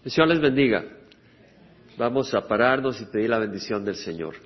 El Señor les bendiga. Vamos a pararnos y pedir la bendición del Señor.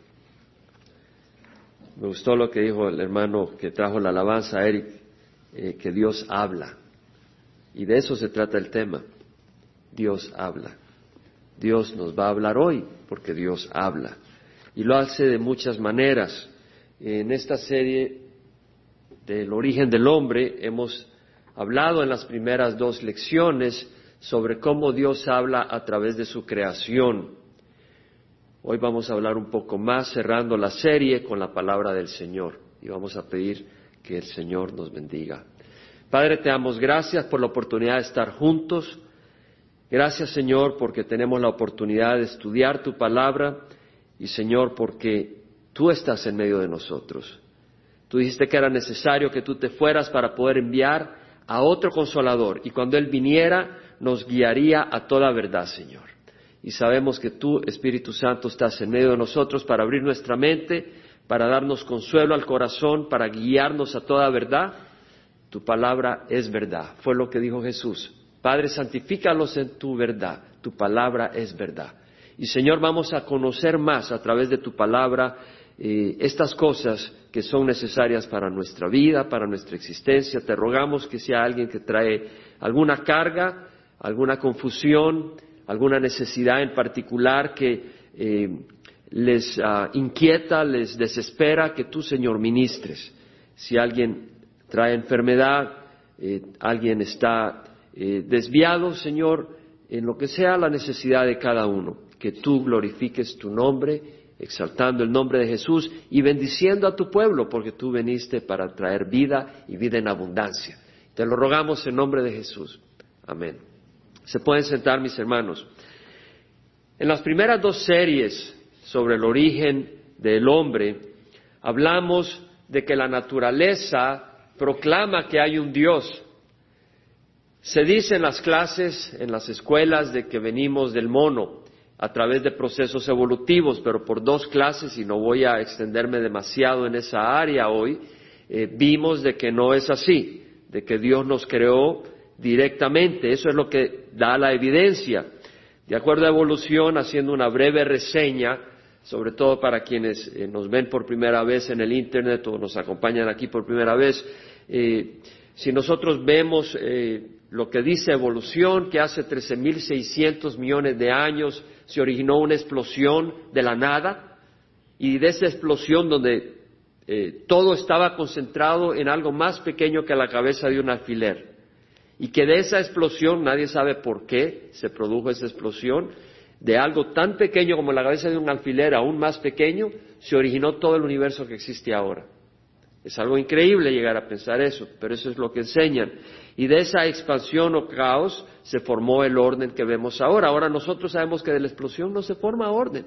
Me gustó lo que dijo el hermano que trajo la alabanza, Eric, que Dios habla. Y de eso se trata el tema. Dios habla. Dios nos va a hablar hoy porque Dios habla. Y lo hace de muchas maneras. En esta serie del origen del hombre hemos hablado en las primeras 2 lecciones sobre cómo Dios habla a través de su creación. Hoy vamos a hablar un poco más, cerrando la serie con la palabra del Señor. Y vamos a pedir que el Señor nos bendiga. Padre, te damos gracias por la oportunidad de estar juntos. Gracias, Señor, porque tenemos la oportunidad de estudiar tu palabra. Y, Señor, porque tú estás en medio de nosotros. Tú dijiste que era necesario que tú te fueras para poder enviar a otro Consolador. Y cuando Él viniera, nos guiaría a toda verdad, Señor. Y sabemos que tú, Espíritu Santo, estás en medio de nosotros para abrir nuestra mente, para darnos consuelo al corazón, para guiarnos a toda verdad. Tu palabra es verdad. Fue lo que dijo Jesús. Padre, santifícalos en tu verdad. Tu palabra es verdad. Y, Señor, vamos a conocer más a través de tu palabra estas cosas que son necesarias para nuestra vida, para nuestra existencia. Te rogamos que sea alguien que trae alguna carga, alguna confusión, alguna necesidad en particular que les inquieta, les desespera, que tú, Señor, ministres. Si alguien trae enfermedad, alguien está desviado, Señor, en lo que sea la necesidad de cada uno, que tú glorifiques tu nombre, exaltando el nombre de Jesús y bendiciendo a tu pueblo, porque tú viniste para traer vida y vida en abundancia. Te lo rogamos en nombre de Jesús. Amén. Se pueden sentar, mis hermanos. En las primeras 2 series sobre el origen del hombre, hablamos de que la naturaleza proclama que hay un Dios. Se dice en las clases, en las escuelas, de que venimos del mono a través de procesos evolutivos, pero por 2 clases, y no voy a extenderme demasiado en esa área hoy, vimos de que no es así, de que Dios nos creó directamente. Eso es lo que da la evidencia. De acuerdo a evolución, haciendo una breve reseña, sobre todo para quienes nos ven por primera vez en el Internet o nos acompañan aquí por primera vez, si nosotros vemos lo que dice evolución, que hace 13.600 millones de años se originó una explosión de la nada, y de esa explosión donde todo estaba concentrado en algo más pequeño que la cabeza de un alfiler, y que de esa explosión, nadie sabe por qué se produjo esa explosión, de algo tan pequeño como la cabeza de un alfiler, aún más pequeño, se originó todo el universo que existe ahora. Es algo increíble llegar a pensar eso, pero eso es lo que enseñan. Y de esa expansión o caos se formó el orden que vemos ahora. Ahora nosotros sabemos que de la explosión no se forma orden.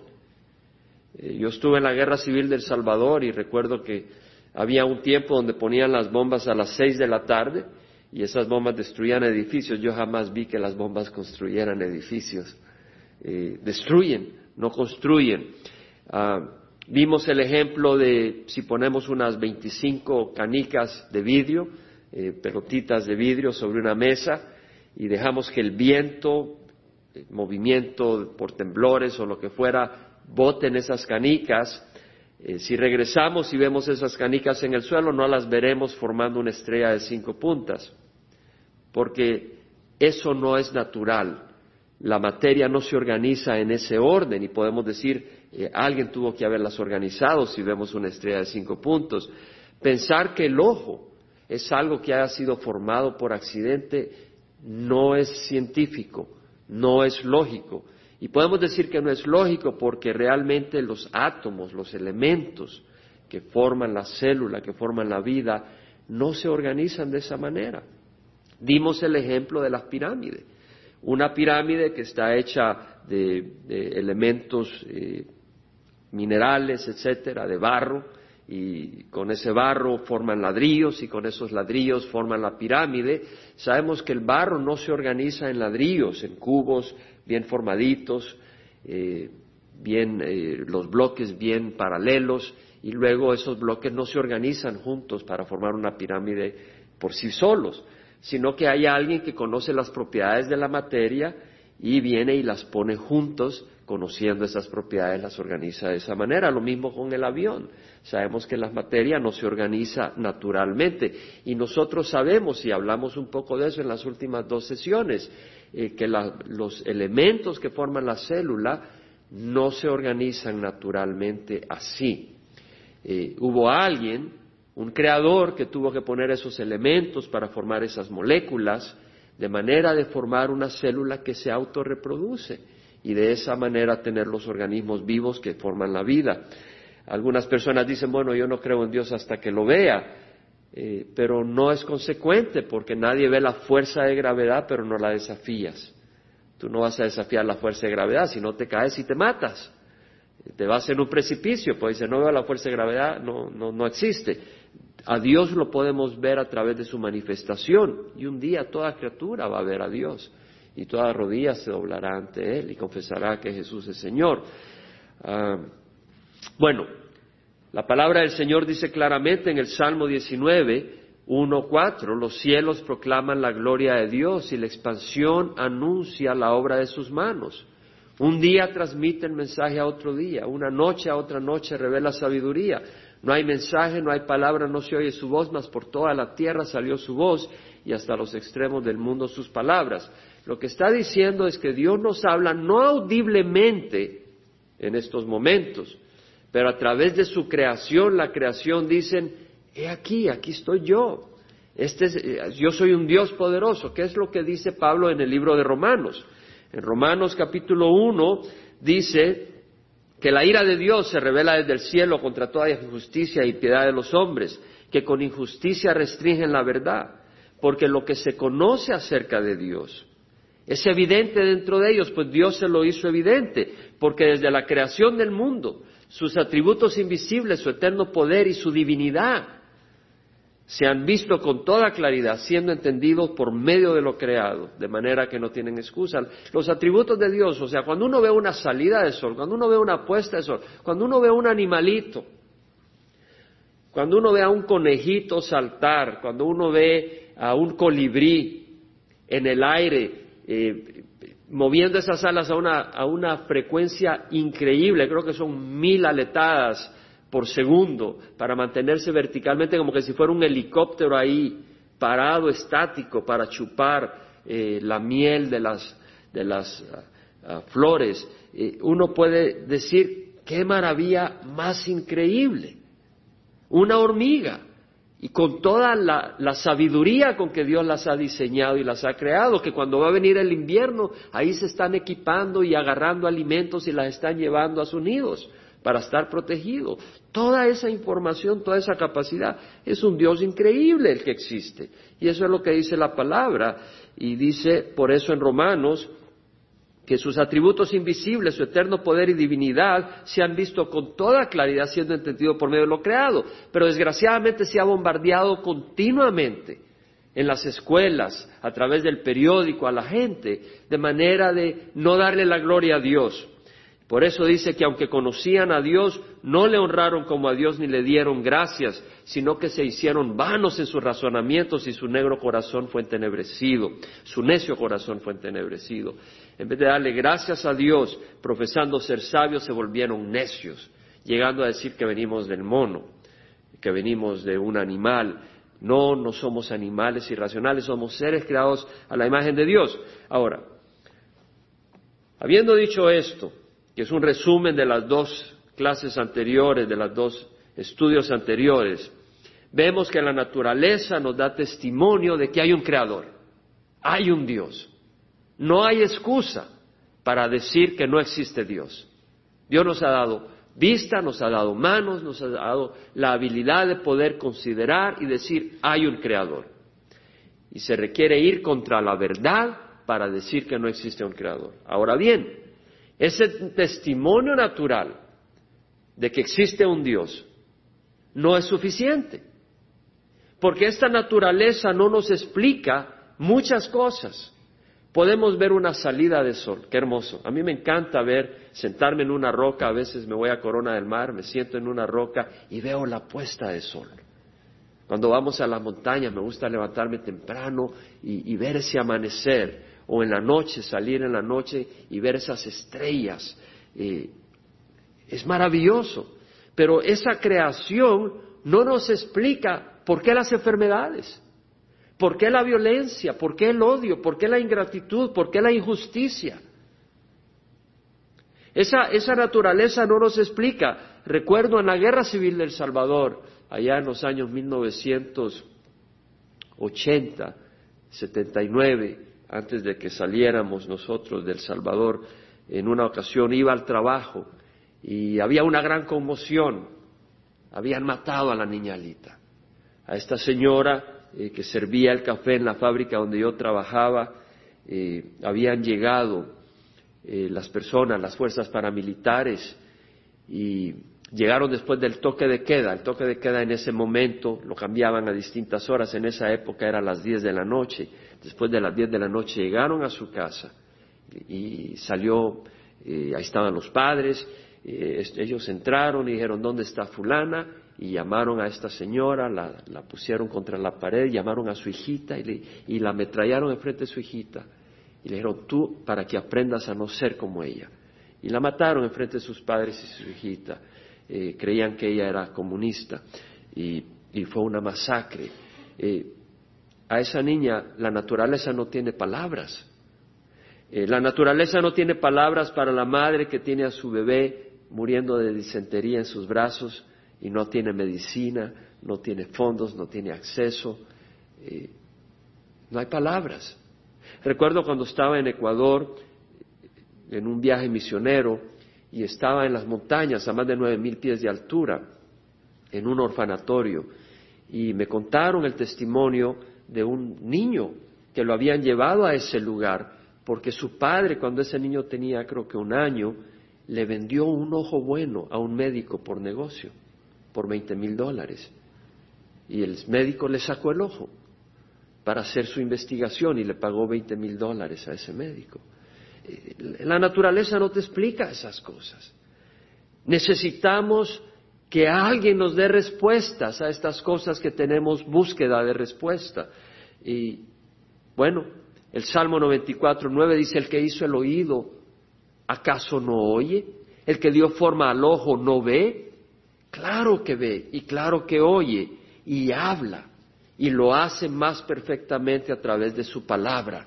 Yo estuve en la Guerra Civil de El Salvador y recuerdo que había un tiempo donde ponían las bombas a las 6 de la tarde y esas bombas destruían edificios. Yo jamás vi que las bombas construyeran edificios. Destruyen, no construyen. Vimos el ejemplo de si ponemos unas 25 canicas de vidrio, pelotitas de vidrio sobre una mesa y dejamos que el viento, el movimiento por temblores o lo que fuera, boten esas canicas. Si regresamos y vemos esas canicas en el suelo, no las veremos formando una estrella de 5 puntas, porque eso no es natural. La materia no se organiza en ese orden y podemos decir, alguien tuvo que haberlas organizado si vemos una estrella de 5 puntos. Pensar que el ojo es algo que haya sido formado por accidente no es científico, no es lógico. Y podemos decir que no es lógico porque realmente los átomos, los elementos que forman la célula, que forman la vida, no se organizan de esa manera. Dimos el ejemplo de las pirámides. Una pirámide que está hecha de elementos minerales, etcétera, de barro, y con ese barro forman ladrillos y con esos ladrillos forman la pirámide. Sabemos que el barro no se organiza en ladrillos, en cubos bien formaditos, los bloques bien paralelos, y luego esos bloques no se organizan juntos para formar una pirámide por sí solos, sino que hay alguien que conoce las propiedades de la materia y viene y las pone juntos, conociendo esas propiedades, las organiza de esa manera. Lo mismo con el avión. Sabemos que la materia no se organiza naturalmente, y nosotros sabemos, y hablamos un poco de eso en las últimas 2 sesiones, que los elementos que forman la célula no se organizan naturalmente así. Hubo alguien, un creador, que tuvo que poner esos elementos para formar esas moléculas, de manera de formar una célula que se autorreproduce y de esa manera tener los organismos vivos que forman la vida. Algunas personas dicen, bueno, yo no creo en Dios hasta que lo vea, pero no es consecuente, porque nadie ve la fuerza de gravedad pero no la desafías. Tú no vas a desafiar la fuerza de gravedad, si no te caes y te matas. Te vas en un precipicio, pues dice, no veo la fuerza de gravedad, no existe. A Dios lo podemos ver a través de su manifestación, y un día toda criatura va a ver a Dios, y toda rodilla se doblará ante Él y confesará que Jesús es Señor. Bueno, la palabra del Señor dice claramente en el Salmo 19, 1:4, los cielos proclaman la gloria de Dios y la expansión anuncia la obra de sus manos. Un día transmite el mensaje a otro día, una noche a otra noche revela sabiduría. No hay mensaje, no hay palabra, no se oye su voz, mas por toda la tierra salió su voz y hasta los extremos del mundo sus palabras. Lo que está diciendo es que Dios nos habla no audiblemente en estos momentos, pero a través de su creación, la creación dicen, he aquí estoy yo. Yo soy un Dios poderoso. ¿Qué es lo que dice Pablo en el libro de Romanos? En Romanos capítulo 1 dice que la ira de Dios se revela desde el cielo contra toda injusticia y piedad de los hombres, que con injusticia restringen la verdad, porque lo que se conoce acerca de Dios es evidente dentro de ellos, pues Dios se lo hizo evidente, porque desde la creación del mundo, sus atributos invisibles, su eterno poder y su divinidad se han visto con toda claridad, siendo entendidos por medio de lo creado, de manera que no tienen excusa. Los atributos de Dios, o sea, cuando uno ve una salida de sol, cuando uno ve una puesta de sol, cuando uno ve un animalito, cuando uno ve a un conejito saltar, cuando uno ve a un colibrí en el aire, moviendo esas alas a una frecuencia increíble, creo que son 1000 aletadas por segundo, para mantenerse verticalmente como que si fuera un helicóptero ahí, parado, estático, para chupar la miel de las flores. Uno puede decir, qué maravilla más increíble. Una hormiga, y con toda la sabiduría con que Dios las ha diseñado y las ha creado, que cuando va a venir el invierno, ahí se están equipando y agarrando alimentos y las están llevando a sus nidos para estar protegidos. Toda esa información, toda esa capacidad, es un Dios increíble el que existe. Y eso es lo que dice la palabra, y dice por eso en Romanos, que sus atributos invisibles, su eterno poder y divinidad se han visto con toda claridad siendo entendido por medio de lo creado, pero desgraciadamente se ha bombardeado continuamente en las escuelas, a través del periódico, a la gente, de manera de no darle la gloria a Dios. Por eso dice que aunque conocían a Dios, no le honraron como a Dios ni le dieron gracias, sino que se hicieron vanos en sus razonamientos y su necio corazón fue entenebrecido. En vez de darle gracias a Dios, profesando ser sabios, se volvieron necios, llegando a decir que venimos del mono, que venimos de un animal. No somos animales irracionales, somos seres creados a la imagen de Dios. Ahora, habiendo dicho esto, que es un resumen de las 2 clases anteriores, de los 2 estudios anteriores, vemos que la naturaleza nos da testimonio de que hay un creador, hay un Dios. No hay excusa para decir que no existe Dios. Dios nos ha dado vista, nos ha dado manos, nos ha dado la habilidad de poder considerar y decir, hay un creador. Y se requiere ir contra la verdad para decir que no existe un creador. Ahora bien, ese testimonio natural de que existe un Dios no es suficiente, porque esta naturaleza no nos explica muchas cosas. Podemos ver una salida de sol, qué hermoso. A mí me encanta sentarme en una roca, a veces me voy a Corona del Mar, me siento en una roca y veo la puesta de sol. Cuando vamos a las montañas me gusta levantarme temprano y ver ese amanecer. o en la noche, salir en la noche y ver esas estrellas. Es maravilloso, pero esa creación no nos explica por qué las enfermedades, por qué la violencia, por qué el odio, por qué la ingratitud, por qué la injusticia. Esa naturaleza no nos explica. Recuerdo en la Guerra Civil del Salvador, allá en los años 1980, 79, antes de que saliéramos nosotros del Salvador, en una ocasión iba al trabajo y había una gran conmoción. Habían matado a la niña Alita, a esta señora que servía el café en la fábrica donde yo trabajaba. Habían llegado las personas, las fuerzas paramilitares, y llegaron después del toque de queda. El toque de queda en ese momento lo cambiaban a distintas horas. En esa época era a las 10 de la noche. Después de las 10 de la noche llegaron a su casa y salió, ahí estaban los padres. Ellos entraron y dijeron, ¿dónde está fulana? Y llamaron a esta señora, la pusieron contra la pared, llamaron a su hijita y la ametrallaron enfrente de su hijita. Y le dijeron, tú, para que aprendas a no ser como ella. Y la mataron enfrente de sus padres y su hijita. Creían que ella era comunista. Y fue una masacre. A esa niña la naturaleza no tiene palabras. La naturaleza no tiene palabras para la madre que tiene a su bebé muriendo de disentería en sus brazos y no tiene medicina, no tiene fondos, no tiene acceso. No hay palabras. Recuerdo cuando estaba en Ecuador, en un viaje misionero, y estaba en las montañas a más de 9,000 pies de altura, en un orfanatorio, y me contaron el testimonio de un niño que lo habían llevado a ese lugar, porque su padre, cuando ese niño tenía creo que 1 año, le vendió un ojo bueno a un médico por negocio, por $20,000, y el médico le sacó el ojo para hacer su investigación y le pagó $20,000 a ese médico. La naturaleza no te explica esas cosas. Necesitamos que alguien nos dé respuestas a estas cosas que tenemos búsqueda de respuesta. Y bueno, el Salmo 94:9 dice, el que hizo el oído, ¿acaso no oye? El que dio forma al ojo, ¿no ve? Claro que ve y claro que oye y habla. Y lo hace más perfectamente a través de su palabra.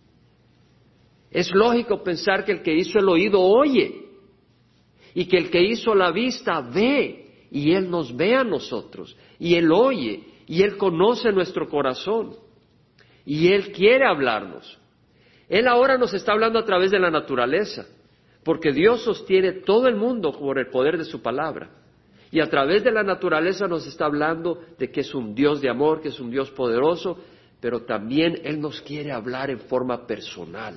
Es lógico pensar que el que hizo el oído oye y que el que hizo la vista ve y Él nos ve a nosotros y Él oye y Él conoce nuestro corazón y Él quiere hablarnos. Él ahora nos está hablando a través de la naturaleza porque Dios sostiene todo el mundo por el poder de su palabra. Y a través de la naturaleza nos está hablando de que es un Dios de amor, que es un Dios poderoso, pero también Él nos quiere hablar en forma personal.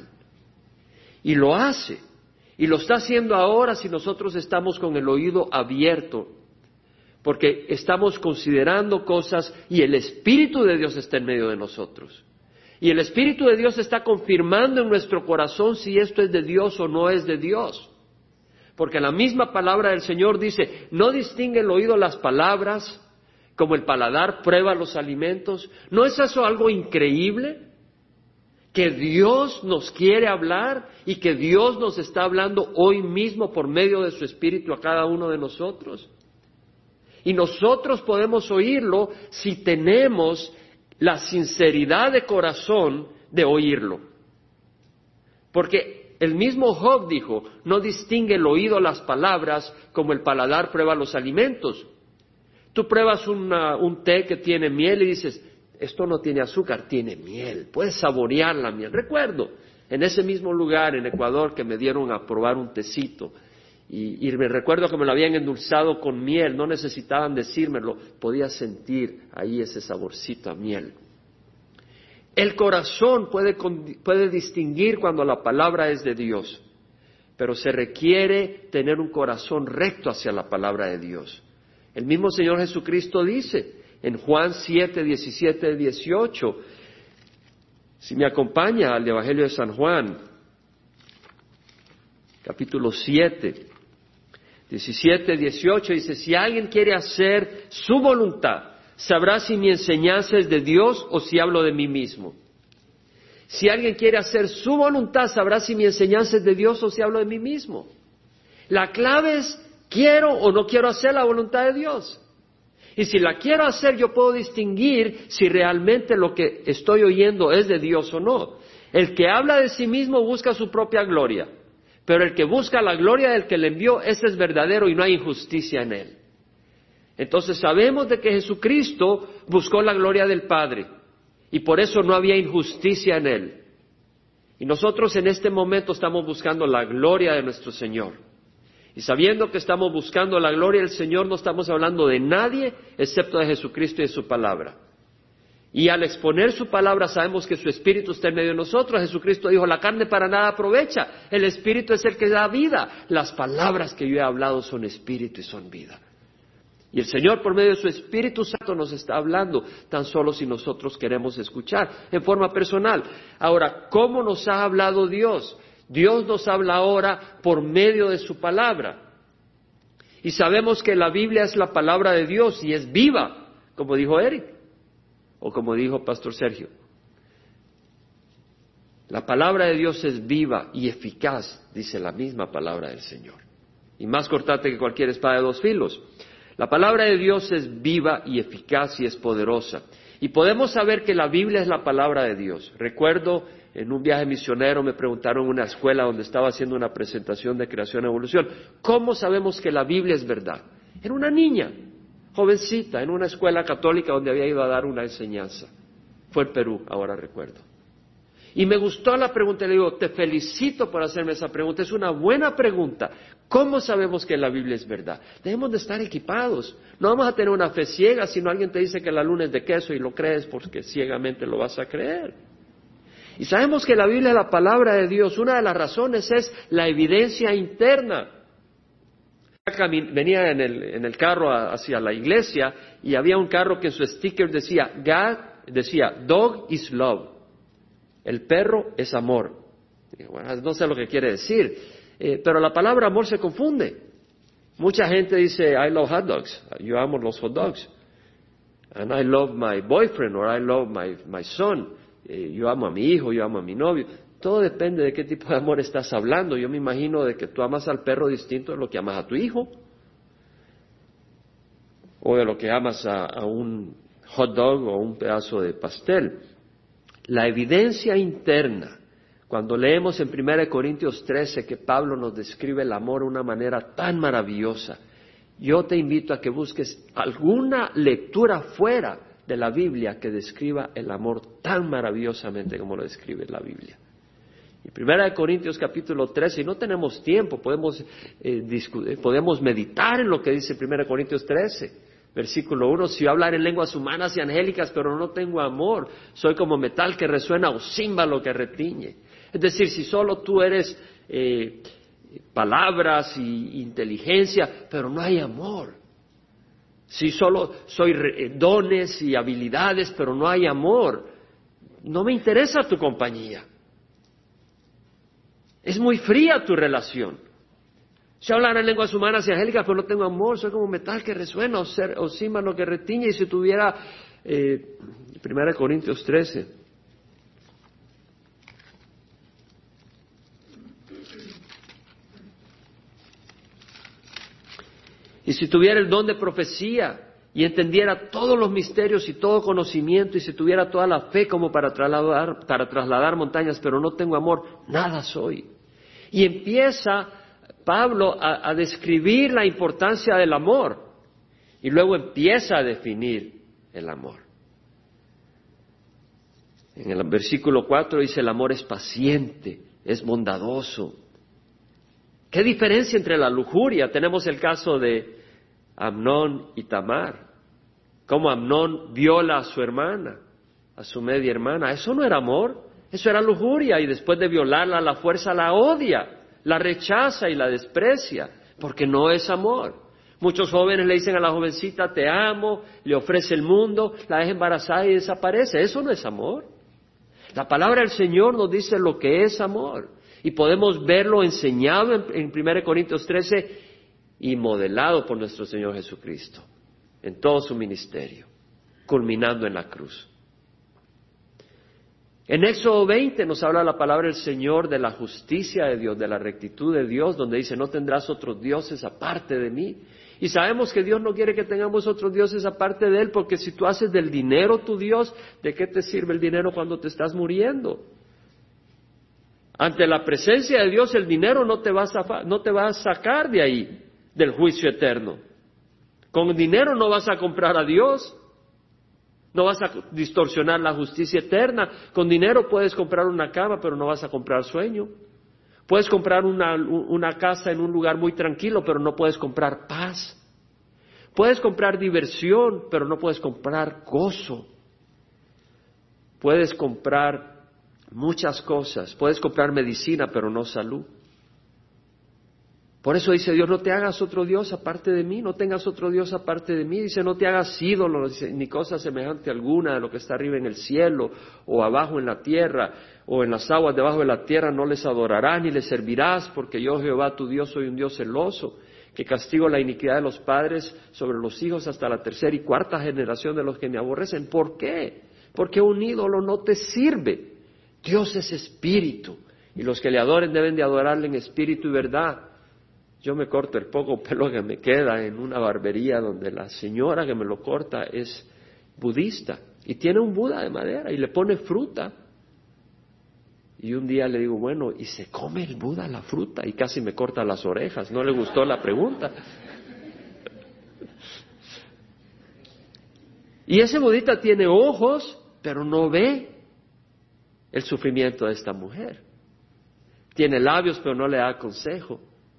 Y lo hace. Y lo está haciendo ahora si nosotros estamos con el oído abierto, porque estamos considerando cosas y el Espíritu de Dios está en medio de nosotros. Y el Espíritu de Dios está confirmando en nuestro corazón si esto es de Dios o no es de Dios. Porque la misma palabra del Señor dice, ¿no distingue el oído las palabras como el paladar prueba los alimentos? ¿No es eso algo increíble? Que Dios nos quiere hablar y que Dios nos está hablando hoy mismo por medio de su Espíritu a cada uno de nosotros. Y nosotros podemos oírlo si tenemos la sinceridad de corazón de oírlo. Porque el mismo Job dijo, no distingue el oído las palabras como el paladar prueba los alimentos. Tú pruebas un té que tiene miel y dices, esto no tiene azúcar, tiene miel, puedes saborear la miel. Recuerdo, en ese mismo lugar en Ecuador que me dieron a probar un tecito y me recuerdo que me lo habían endulzado con miel, no necesitaban decírmelo, podía sentir ahí ese saborcito a miel. El corazón puede distinguir cuando la palabra es de Dios, pero se requiere tener un corazón recto hacia la palabra de Dios. El mismo Señor Jesucristo dice en Juan 7, 17, 18, si me acompaña al Evangelio de San Juan, capítulo 7, 17, 18, dice, si alguien quiere hacer su voluntad, sabrá si mi enseñanza es de Dios o si hablo de mí mismo. Si alguien quiere hacer su voluntad, sabrá si mi enseñanza es de Dios o si hablo de mí mismo. La clave es, ¿quiero o no quiero hacer la voluntad de Dios? Y si la quiero hacer, yo puedo distinguir si realmente lo que estoy oyendo es de Dios o no. El que habla de sí mismo busca su propia gloria, pero el que busca la gloria del que le envió, ese es verdadero y no hay injusticia en él. Entonces sabemos de que Jesucristo buscó la gloria del Padre y por eso no había injusticia en él. Y nosotros en este momento estamos buscando la gloria de nuestro Señor. Y sabiendo que estamos buscando la gloria del Señor, no estamos hablando de nadie excepto de Jesucristo y de su palabra. Y al exponer su palabra sabemos que su Espíritu está en medio de nosotros. Jesucristo dijo, la carne para nada aprovecha, el Espíritu es el que da vida. Las palabras que yo he hablado son Espíritu y son vida. Y el Señor por medio de su Espíritu Santo nos está hablando, tan solo si nosotros queremos escuchar, en forma personal. Ahora, ¿cómo nos ha hablado Dios? Dios nos habla ahora por medio de su palabra. Y sabemos que la Biblia es la palabra de Dios y es viva, como dijo Eric, o como dijo Pastor Sergio. La palabra de Dios es viva y eficaz, dice la misma palabra del Señor. Y más cortante que cualquier espada de dos filos. La palabra de Dios es viva y eficaz y es poderosa. Y podemos saber que la Biblia es la palabra de Dios. Recuerdo en un viaje misionero me preguntaron en una escuela donde estaba haciendo una presentación de creación y evolución, ¿cómo sabemos que la Biblia es verdad? Era una niña, jovencita, en una escuela católica donde había ido a dar una enseñanza. Fue en Perú, ahora recuerdo. Y me gustó la pregunta y le digo, te felicito por hacerme esa pregunta, es una buena pregunta. ¿Cómo sabemos que la Biblia es verdad? Debemos de estar equipados. No vamos a tener una fe ciega, sino alguien te dice que la luna es de queso y lo crees porque ciegamente lo vas a creer. Y sabemos que la Biblia es la palabra de Dios. Una de las razones es la evidencia interna. Venía en el carro hacia la iglesia y había un carro que en su sticker decía, dog is love. El perro es amor. Bueno, no sé lo que quiere decir, pero la palabra amor se confunde. Mucha gente dice, I love hot dogs. Yo amo los hot dogs. And I love my boyfriend or I love my son. Yo amo a mi hijo, yo amo a mi novio. Todo depende de qué tipo de amor estás hablando. Yo me imagino de que tú amas al perro distinto de lo que amas a tu hijo. O de lo que amas a un hot dog o un pedazo de pastel. La evidencia interna, cuando leemos en 1 Corintios 13 que Pablo nos describe el amor de una manera tan maravillosa, yo te invito a que busques alguna lectura fuera de la Biblia que describa el amor tan maravillosamente como lo describe la Biblia. Y 1 Corintios capítulo 13, y no tenemos tiempo, podemos meditar en lo que dice 1 Corintios 13. Versículo 1, si yo hablar en lenguas humanas y angélicas, pero no tengo amor, soy como metal que resuena o címbalo que retiñe. Es decir, si solo tú eres palabras y inteligencia, pero no hay amor. Si solo soy dones y habilidades, pero no hay amor, no me interesa tu compañía. Es muy fría tu relación. Si hablara en lenguas humanas y angélicas, pero no tengo amor, soy como metal que resuena o címbalo que retiñe. Y si tuviera 1 Corintios 13. Y si tuviera el don de profecía y entendiera todos los misterios y todo conocimiento, y si tuviera toda la fe como para trasladar montañas, pero no tengo amor, nada soy. Y empieza Pablo a describir la importancia del amor y luego empieza a definir el amor. En el versículo 4 dice, el amor es paciente, es bondadoso. ¿Qué diferencia entre la lujuria? Tenemos el caso de Amnón y Tamar. Cómo Amnón viola a su hermana, a su media hermana. Eso no era amor, eso era lujuria. Y después de violarla a la fuerza la odia, la rechaza y la desprecia, porque no es amor. Muchos jóvenes le dicen a la jovencita, te amo, le ofrece el mundo, la deja embarazada y desaparece. Eso no es amor. La palabra del Señor nos dice lo que es amor. Y podemos verlo enseñado en 1 Corintios 13 y modelado por nuestro Señor Jesucristo en todo su ministerio, culminando en la cruz. En Éxodo 20 nos habla la palabra del Señor de la justicia de Dios, de la rectitud de Dios, donde dice, no tendrás otros dioses aparte de mí. Y sabemos que Dios no quiere que tengamos otros dioses aparte de Él, porque si tú haces del dinero tu Dios, ¿de qué te sirve el dinero cuando te estás muriendo? Ante la presencia de Dios, el dinero no te va a sacar de ahí, del juicio eterno. Con dinero no vas a comprar a Dios. No vas a distorsionar la justicia eterna. Con dinero puedes comprar una cama, pero no vas a comprar sueño. Puedes comprar una casa en un lugar muy tranquilo, pero no puedes comprar paz. Puedes comprar diversión, pero no puedes comprar gozo. Puedes comprar muchas cosas. Puedes comprar medicina, pero no salud. Por eso dice Dios, no te hagas otro Dios aparte de mí, no tengas otro Dios aparte de mí. Dice, no te hagas ídolos, ni cosa semejante alguna de lo que está arriba en el cielo, o abajo en la tierra, o en las aguas debajo de la tierra, no les adorarás ni les servirás, porque yo Jehová tu Dios soy un Dios celoso, que castigo la iniquidad de los padres sobre los hijos hasta la tercera y cuarta generación de los que me aborrecen. ¿Por qué? Porque un ídolo no te sirve. Dios es espíritu, y los que le adoren deben de adorarle en espíritu y verdad. Yo me corto el poco pelo que me queda en una barbería donde la señora que me lo corta es budista y tiene un Buda de madera y le pone fruta. Y un día le digo, bueno, ¿y se come el Buda la fruta? Y casi me corta las orejas, no le gustó la pregunta. Y ese budista tiene ojos, pero no ve el sufrimiento de esta mujer. Tiene labios, pero no le da consejo.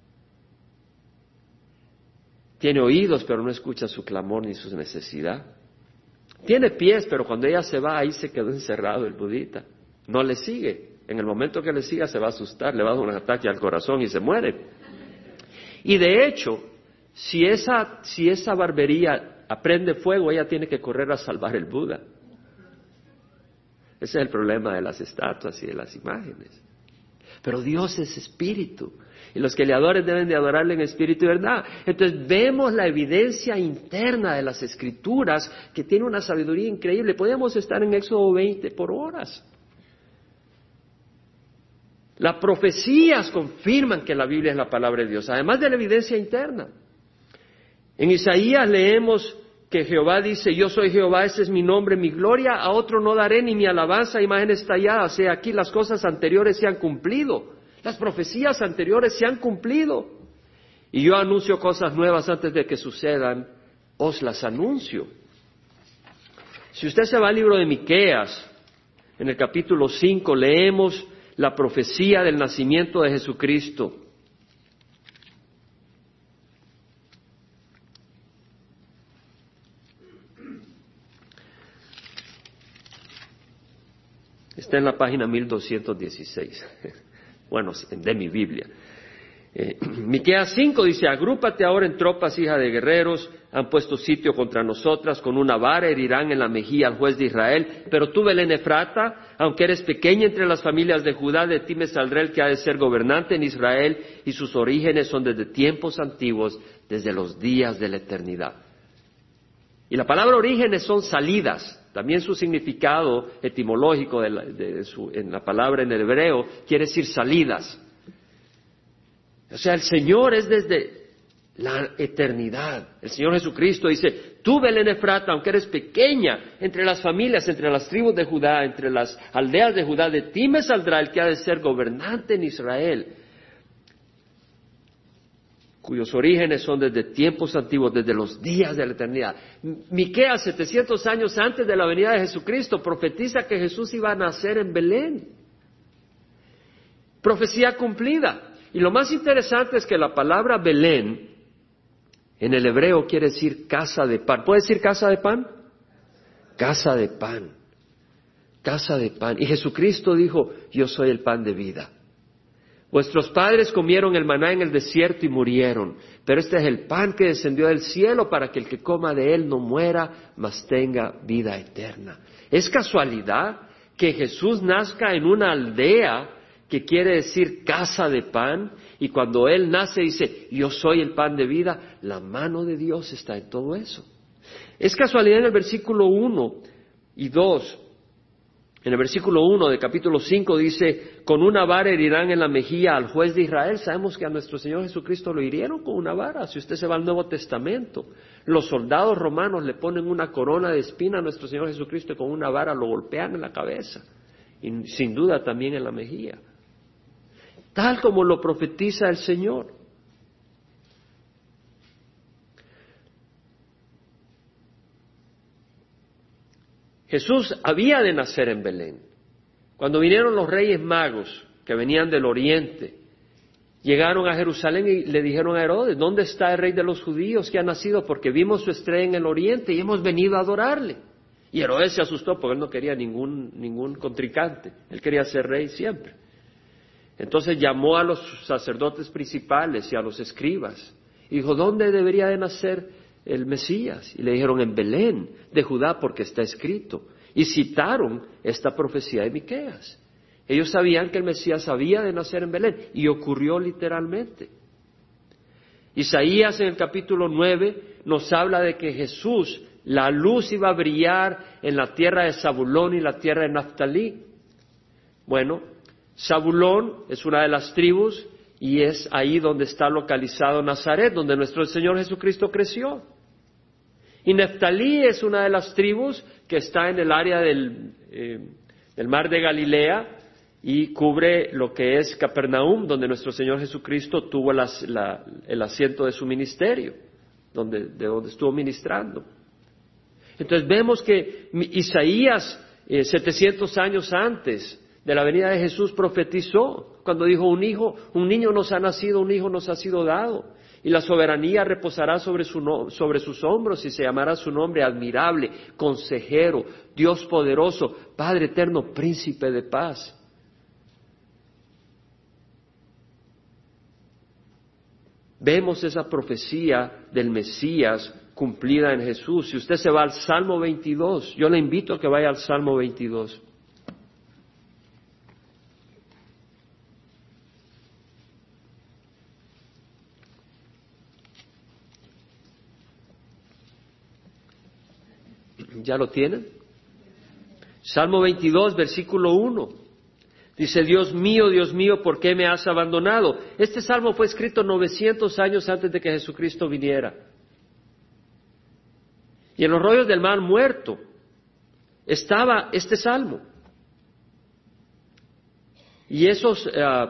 Tiene oídos, pero no escucha su clamor ni su necesidad. Tiene pies, pero cuando ella se va, ahí se quedó encerrado el budita. No le sigue. En el momento que le siga, se va a asustar, le va a dar un ataque al corazón y se muere. Y de hecho, si esa barbería aprende fuego, ella tiene que correr a salvar el Buda. Ese es el problema de las estatuas y de las imágenes. Pero Dios es espíritu. Y los que le adoren deben de adorarle en espíritu y verdad. Entonces vemos la evidencia interna de las Escrituras que tiene una sabiduría increíble. Podemos estar en Éxodo 20 por horas. Las profecías confirman que la Biblia es la palabra de Dios, además de la evidencia interna. En Isaías leemos que Jehová dice, yo soy Jehová, ese es mi nombre, mi gloria, a otro no daré ni mi alabanza a imágenes talladas. Aquí las cosas anteriores se han cumplido. Las profecías anteriores se han cumplido. Y yo anuncio cosas nuevas antes de que sucedan, os las anuncio. Si usted se va al libro de Miqueas, en el capítulo 5, leemos la profecía del nacimiento de Jesucristo. Está en la página 1216. Bueno, de mi Biblia. Miqueas 5 dice, agrúpate ahora en tropas, hija de guerreros, han puesto sitio contra nosotras, con una vara herirán en la mejilla al juez de Israel, pero tú, Belén Efrata, aunque eres pequeña entre las familias de Judá, de ti me saldrá el que ha de ser gobernante en Israel, y sus orígenes son desde tiempos antiguos, desde los días de la eternidad. Y la palabra orígenes son salidas. También su significado etimológico en la palabra en el hebreo quiere decir salidas. O sea, el Señor es desde la eternidad. El Señor Jesucristo dice, tú, Belén Efrata, aunque eres pequeña entre las familias, entre las tribus de Judá, entre las aldeas de Judá, de ti me saldrá el que ha de ser gobernante en Israel, cuyos orígenes son desde tiempos antiguos, desde los días de la eternidad. Miqueas, 700 años antes de la venida de Jesucristo, profetiza que Jesús iba a nacer en Belén. Profecía cumplida. Y lo más interesante es que la palabra Belén, en el hebreo quiere decir casa de pan. ¿Puede decir casa de pan? Casa de pan. Casa de pan. Y Jesucristo dijo, yo soy el pan de vida. Vuestros padres comieron el maná en el desierto y murieron, pero este es el pan que descendió del cielo para que el que coma de él no muera, mas tenga vida eterna. ¿Es casualidad que Jesús nazca en una aldea que quiere decir casa de pan? Y cuando él nace dice, yo soy el pan de vida. La mano de Dios está en todo eso. Es casualidad en el versículo 1 y 2. En el versículo 1 de capítulo 5 dice, con una vara herirán en la mejilla al juez de Israel. Sabemos que a nuestro Señor Jesucristo lo hirieron con una vara. Si usted se va al Nuevo Testamento, los soldados romanos le ponen una corona de espina a nuestro Señor Jesucristo y con una vara lo golpean en la cabeza. Y sin duda también en la mejilla. Tal como lo profetiza el Señor. Jesús había de nacer en Belén. Cuando vinieron los reyes magos que venían del oriente, llegaron a Jerusalén y le dijeron a Herodes, ¿dónde está el rey de los judíos que ha nacido? Porque vimos su estrella en el oriente y hemos venido a adorarle. Y Herodes se asustó porque él no quería ningún contrincante, él quería ser rey siempre. Entonces llamó a los sacerdotes principales y a los escribas y dijo, ¿dónde debería de nacer el Mesías? Y le dijeron, en Belén de Judá, porque está escrito. Y citaron esta profecía de Miqueas. Ellos sabían que el Mesías había de nacer en Belén y ocurrió literalmente. Isaías en el capítulo 9 nos habla de que Jesús, la luz iba a brillar en la tierra de Zabulón y la tierra de Naftalí. Bueno, Zabulón es una de las tribus y es ahí donde está localizado Nazaret, donde nuestro Señor Jesucristo creció. Y Neftalí es una de las tribus que está en el área del mar de Galilea y cubre lo que es Capernaum, donde nuestro Señor Jesucristo tuvo el asiento de su ministerio, de donde estuvo ministrando. Entonces vemos que Isaías, 700 años antes de la venida de Jesús, profetizó cuando dijo, un niño nos ha nacido, un hijo nos ha sido dado. Y la soberanía reposará sobre sus hombros y se llamará su nombre admirable, consejero, Dios poderoso, Padre eterno, príncipe de paz. Vemos esa profecía del Mesías cumplida en Jesús. Si usted se va al Salmo 22, yo le invito a que vaya al Salmo 22. ¿Ya lo tienen? Salmo 22, versículo 1. Dice, Dios mío, ¿por qué me has abandonado? Este salmo fue escrito 900 años antes de que Jesucristo viniera. Y en los rollos del mar muerto estaba este salmo. Y esos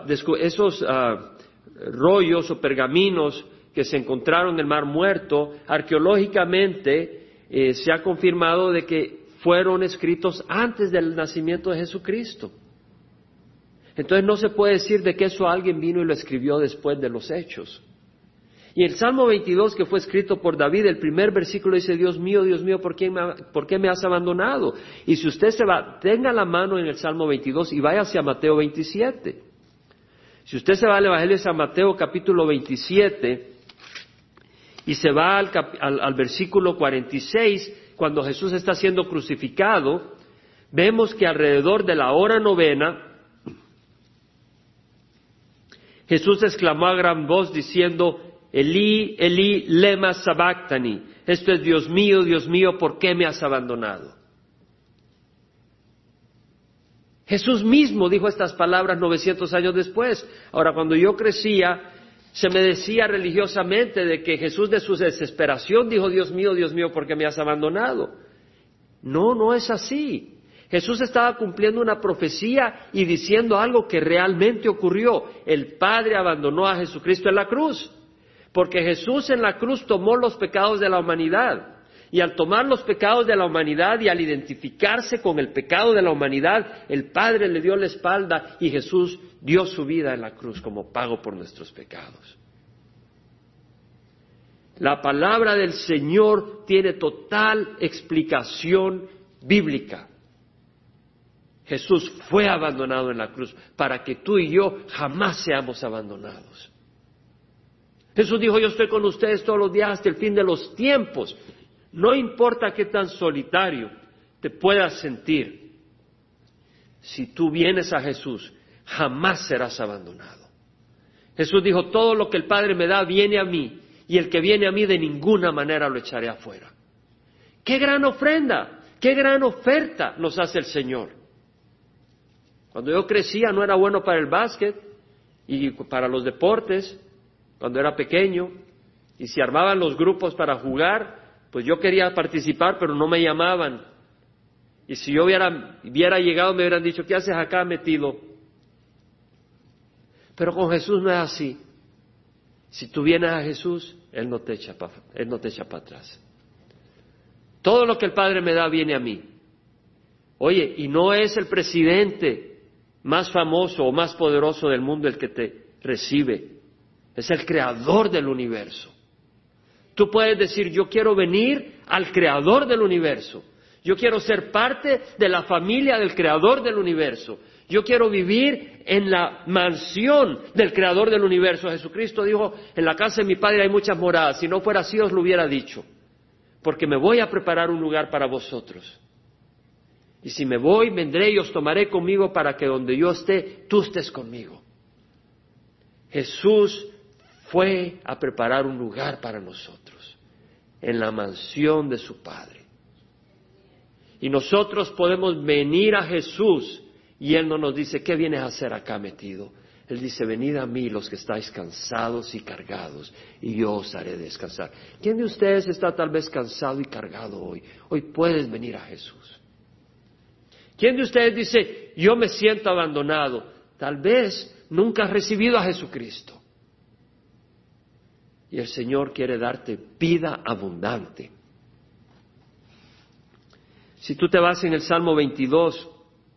rollos o pergaminos que se encontraron en el mar muerto, arqueológicamente se ha confirmado de que fueron escritos antes del nacimiento de Jesucristo. Entonces no se puede decir de que eso alguien vino y lo escribió después de los hechos. Y el Salmo 22 que fue escrito por David, el primer versículo dice, Dios mío, ¿por qué me has abandonado? Y si usted se va, tenga la mano en el Salmo 22 y vaya hacia Mateo 27. Si usted se va al Evangelio de San Mateo capítulo 27 y se va al versículo 46, cuando Jesús está siendo crucificado, vemos que alrededor de la hora novena, Jesús exclamó a gran voz diciendo, Elí, Elí, lema sabactani. Esto es, Dios mío, ¿por qué me has abandonado? Jesús mismo dijo estas palabras 900 años después. Ahora, cuando yo crecía, se me decía religiosamente de que Jesús de su desesperación dijo, Dios mío, ¿por qué me has abandonado? No es así. Jesús estaba cumpliendo una profecía y diciendo algo que realmente ocurrió. El Padre abandonó a Jesucristo en la cruz, porque Jesús en la cruz tomó los pecados de la humanidad. Y al tomar los pecados de la humanidad y al identificarse con el pecado de la humanidad, el Padre le dio la espalda y Jesús dio su vida en la cruz como pago por nuestros pecados. La palabra del Señor tiene total explicación bíblica. Jesús fue abandonado en la cruz para que tú y yo jamás seamos abandonados. Jesús dijo, yo estoy con ustedes todos los días hasta el fin de los tiempos. No importa qué tan solitario te puedas sentir, si tú vienes a Jesús, jamás serás abandonado. Jesús dijo, todo lo que el Padre me da viene a mí, y el que viene a mí de ninguna manera lo echaré afuera. ¡Qué gran ofrenda! ¡Qué gran oferta nos hace el Señor! Cuando yo crecía no era bueno para el básquet y para los deportes, cuando era pequeño, y si armaban los grupos para jugar, pues yo quería participar, pero no me llamaban. Y si yo hubiera llegado, me hubieran dicho, ¿qué haces acá metido? Pero con Jesús no es así. Si tú vienes a Jesús, Él no te echa para atrás. Todo lo que el Padre me da viene a mí. Oye, y no es el presidente más famoso o más poderoso del mundo el que te recibe. Es el creador del universo. Tú puedes decir, yo quiero venir al creador del universo. Yo quiero ser parte de la familia del creador del universo. Yo quiero vivir en la mansión del creador del universo. Jesucristo dijo, en la casa de mi Padre hay muchas moradas. Si no fuera así, os lo hubiera dicho. Porque me voy a preparar un lugar para vosotros. Y si me voy, vendré y os tomaré conmigo para que donde yo esté, tú estés conmigo. Jesús fue a preparar un lugar para nosotros, en la mansión de su Padre. Y nosotros podemos venir a Jesús y Él no nos dice, ¿qué vienes a hacer acá metido? Él dice, venid a mí los que estáis cansados y cargados, y yo os haré descansar. ¿Quién de ustedes está tal vez cansado y cargado hoy? Hoy puedes venir a Jesús. ¿Quién de ustedes dice, yo me siento abandonado? Tal vez nunca has recibido a Jesucristo. Y el Señor quiere darte vida abundante. Si tú te vas en el Salmo 22,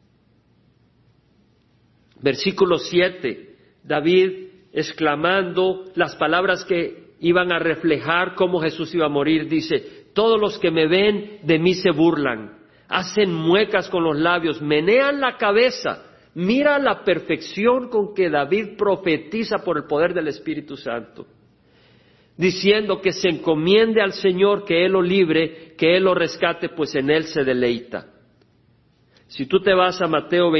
versículo 7, David exclamando las palabras que iban a reflejar cómo Jesús iba a morir, dice, todos los que me ven de mí se burlan, hacen muecas con los labios, menean la cabeza. Mira la perfección con que David profetiza por el poder del Espíritu Santo, diciendo que se encomiende al Señor, que Él lo libre, que Él lo rescate, pues en Él se deleita. Si tú te vas a Mateo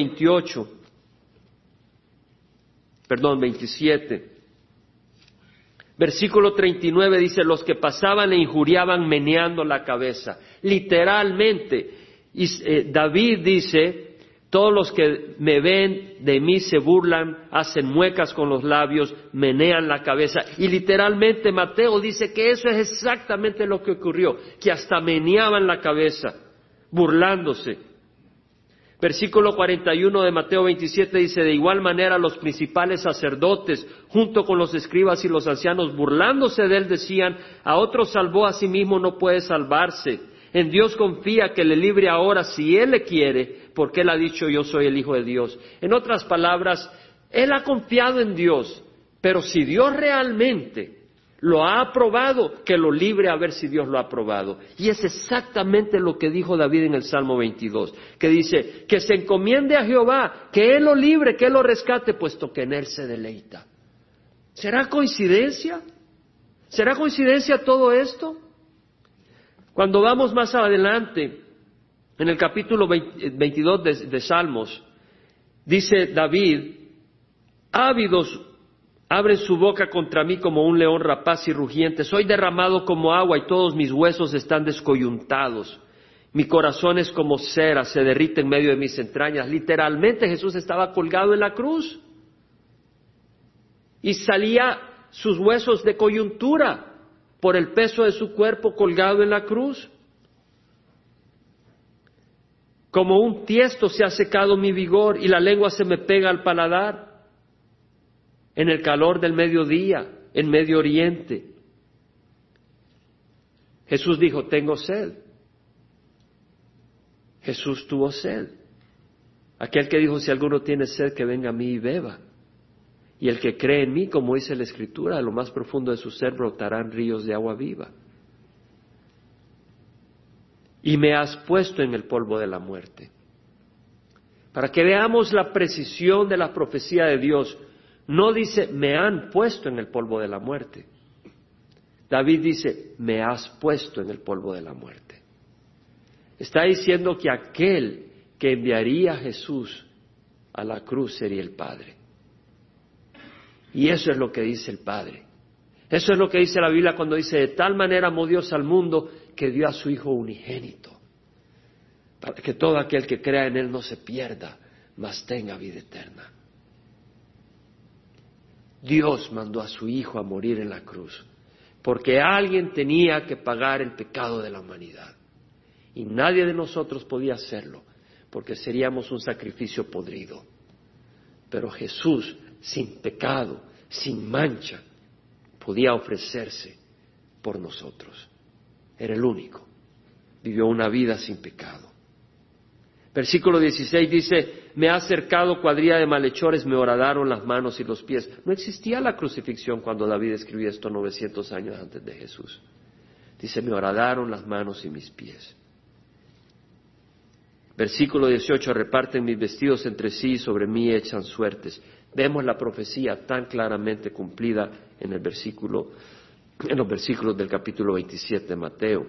27, versículo 39 dice, los que pasaban e injuriaban meneando la cabeza. Literalmente, David dice, todos los que me ven de mí se burlan, hacen muecas con los labios, menean la cabeza. Y literalmente Mateo dice que eso es exactamente lo que ocurrió, que hasta meneaban la cabeza, burlándose. Versículo 41 de Mateo 27 dice, de igual manera los principales sacerdotes, junto con los escribas y los ancianos, burlándose de él, decían, a otro salvó, a sí mismo no puede salvarse. En Dios confía que le libre ahora si Él le quiere, porque Él ha dicho, yo soy el Hijo de Dios. En otras palabras, Él ha confiado en Dios, pero si Dios realmente lo ha aprobado, que lo libre a ver si Dios lo ha aprobado. Y es exactamente lo que dijo David en el Salmo 22, que dice, que se encomiende a Jehová, que Él lo libre, que Él lo rescate, puesto que en Él se deleita. ¿Será coincidencia? ¿Será coincidencia todo esto? Cuando vamos más adelante, en el capítulo 22 de Salmos, dice David, ávidos abren su boca contra mí como un león rapaz y rugiente, soy derramado como agua y todos mis huesos están descoyuntados, mi corazón es como cera, se derrite en medio de mis entrañas. Literalmente Jesús estaba colgado en la cruz y salía sus huesos de coyuntura por el peso de su cuerpo colgado en la cruz. Como un tiesto se ha secado mi vigor y la lengua se me pega al paladar. En el calor del mediodía, en Medio Oriente, Jesús dijo, tengo sed. Jesús tuvo sed. Aquel que dijo, si alguno tiene sed, que venga a mí y beba. Y el que cree en mí, como dice la Escritura, de lo más profundo de su ser brotarán ríos de agua viva. Y me has puesto en el polvo de la muerte. Para que veamos la precisión de la profecía de Dios, no dice, me han puesto en el polvo de la muerte. David dice, me has puesto en el polvo de la muerte. Está diciendo que aquel que enviaría a Jesús a la cruz sería el Padre. Y eso es lo que dice el Padre. Eso es lo que dice la Biblia cuando dice, de tal manera amó Dios al mundo que dio a su Hijo unigénito, para que todo aquel que crea en Él no se pierda, mas tenga vida eterna. Dios mandó a su Hijo a morir en la cruz, porque alguien tenía que pagar el pecado de la humanidad. Y nadie de nosotros podía hacerlo, porque seríamos un sacrificio podrido. Pero Jesús, sin pecado, sin mancha, podía ofrecerse por nosotros. Era el único. Vivió una vida sin pecado. Versículo 16 dice, me ha acercado cuadrilla de malhechores, me horadaron las manos y los pies. No existía la crucifixión cuando David escribió esto 900 años antes de Jesús. Dice, me horadaron las manos y mis pies. Versículo 18, reparten mis vestidos entre sí y sobre mí echan suertes. Vemos la profecía tan claramente cumplida en los versículos del capítulo 27 de Mateo.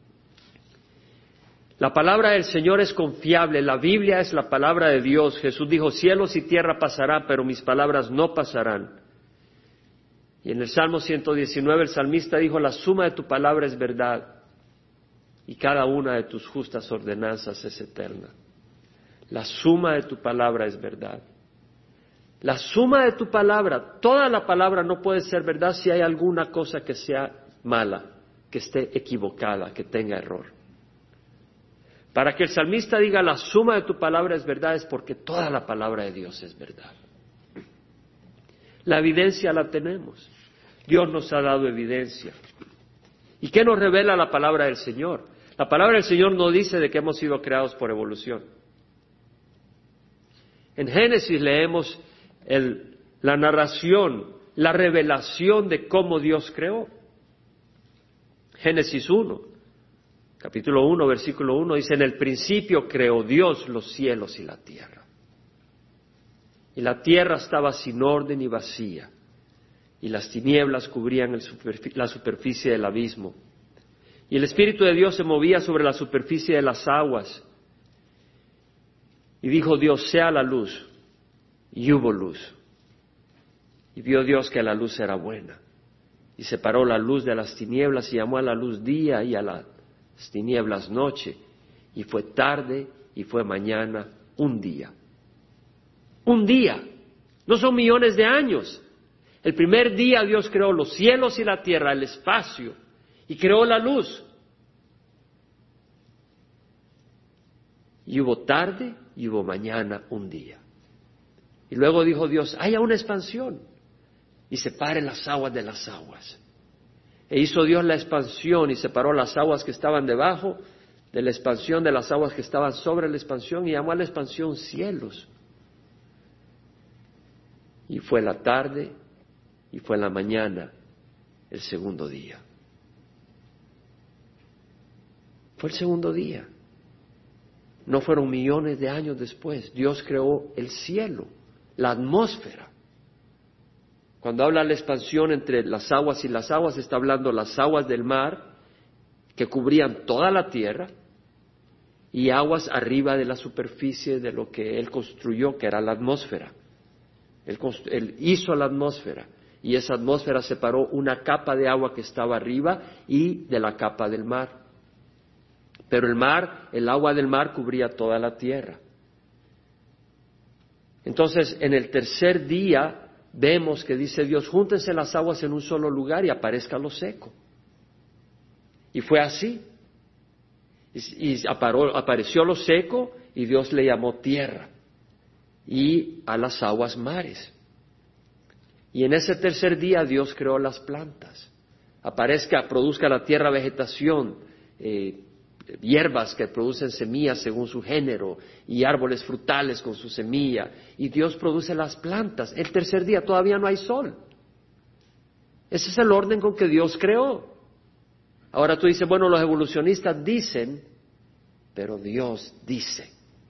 La palabra del Señor es confiable, la Biblia es la palabra de Dios. Jesús dijo, cielos y tierra pasarán, pero mis palabras no pasarán. Y en el Salmo 119 el salmista dijo, la suma de tu palabra es verdad, y cada una de tus justas ordenanzas es eterna. La suma de tu palabra es verdad. La suma de tu palabra, toda la palabra no puede ser verdad si hay alguna cosa que sea mala, que esté equivocada, que tenga error. Para que el salmista diga la suma de tu palabra es verdad es porque toda la palabra de Dios es verdad. La evidencia la tenemos. Dios nos ha dado evidencia. ¿Y qué nos revela la palabra del Señor? La palabra del Señor no dice de que hemos sido creados por evolución. En Génesis leemos la narración, la revelación de cómo Dios creó. Génesis 1, capítulo 1, versículo 1, dice, en el principio creó Dios los cielos y la tierra. Y la tierra estaba sin orden y vacía, y las tinieblas cubrían la superficie del abismo. Y el Espíritu de Dios se movía sobre la superficie de las aguas. Y dijo Dios, sea la luz. Y hubo luz. Y vio Dios que la luz era buena. Y separó la luz de las tinieblas y llamó a la luz día y a las tinieblas noche. Y fue tarde y fue mañana, un día. Un día. No son millones de años. El primer día Dios creó los cielos y la tierra, el espacio. Y creó la luz. Y hubo tarde y hubo mañana, un día. Y luego dijo Dios, haya una expansión y separe las aguas de las aguas. E hizo Dios la expansión y separó las aguas que estaban debajo de la expansión de las aguas que estaban sobre la expansión y llamó a la expansión cielos. Y fue la tarde y fue la mañana, el segundo día. Fue el segundo día. No fueron millones de años después. Dios creó el cielo, la atmósfera. Cuando habla de la expansión entre las aguas y las aguas, está hablando las aguas del mar que cubrían toda la tierra y aguas arriba de la superficie de lo que Él construyó, que era la atmósfera. Él hizo la atmósfera y esa atmósfera separó una capa de agua que estaba arriba y de la capa del mar. Pero el agua del mar cubría toda la tierra. Entonces, en el tercer día vemos que dice Dios, júntense las aguas en un solo lugar y aparezca lo seco. Y fue así. Y apareció lo seco y Dios le llamó tierra. Y a las aguas mares. Y en ese tercer día Dios creó las plantas. Produzca la tierra vegetación, hierbas que producen semillas según su género y árboles frutales con su semilla. Y Dios produce las plantas. El tercer día todavía no hay sol. Ese es el orden con que Dios creó. Ahora tú dices, bueno, los evolucionistas dicen, pero Dios dice.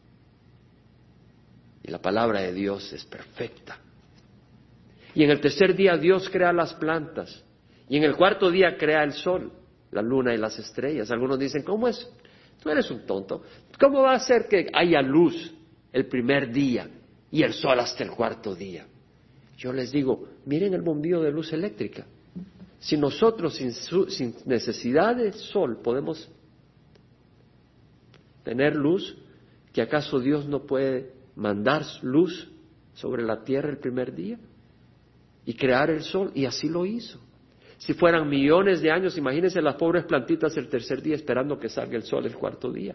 Y la palabra de Dios es perfecta. Y en el tercer día Dios crea las plantas. Y en el cuarto día crea el sol, la luna y las estrellas. Algunos dicen, ¿cómo es? Tú eres un tonto. ¿Cómo va a ser que haya luz el primer día y el sol hasta el cuarto día? Yo les digo, miren el bombillo de luz eléctrica. Si nosotros sin necesidad de sol podemos tener luz, ¿que acaso Dios no puede mandar luz sobre la tierra el primer día y crear el sol, y así lo hizo. Si fueran millones de años, imagínense las pobres plantitas el tercer día esperando que salga el sol el cuarto día.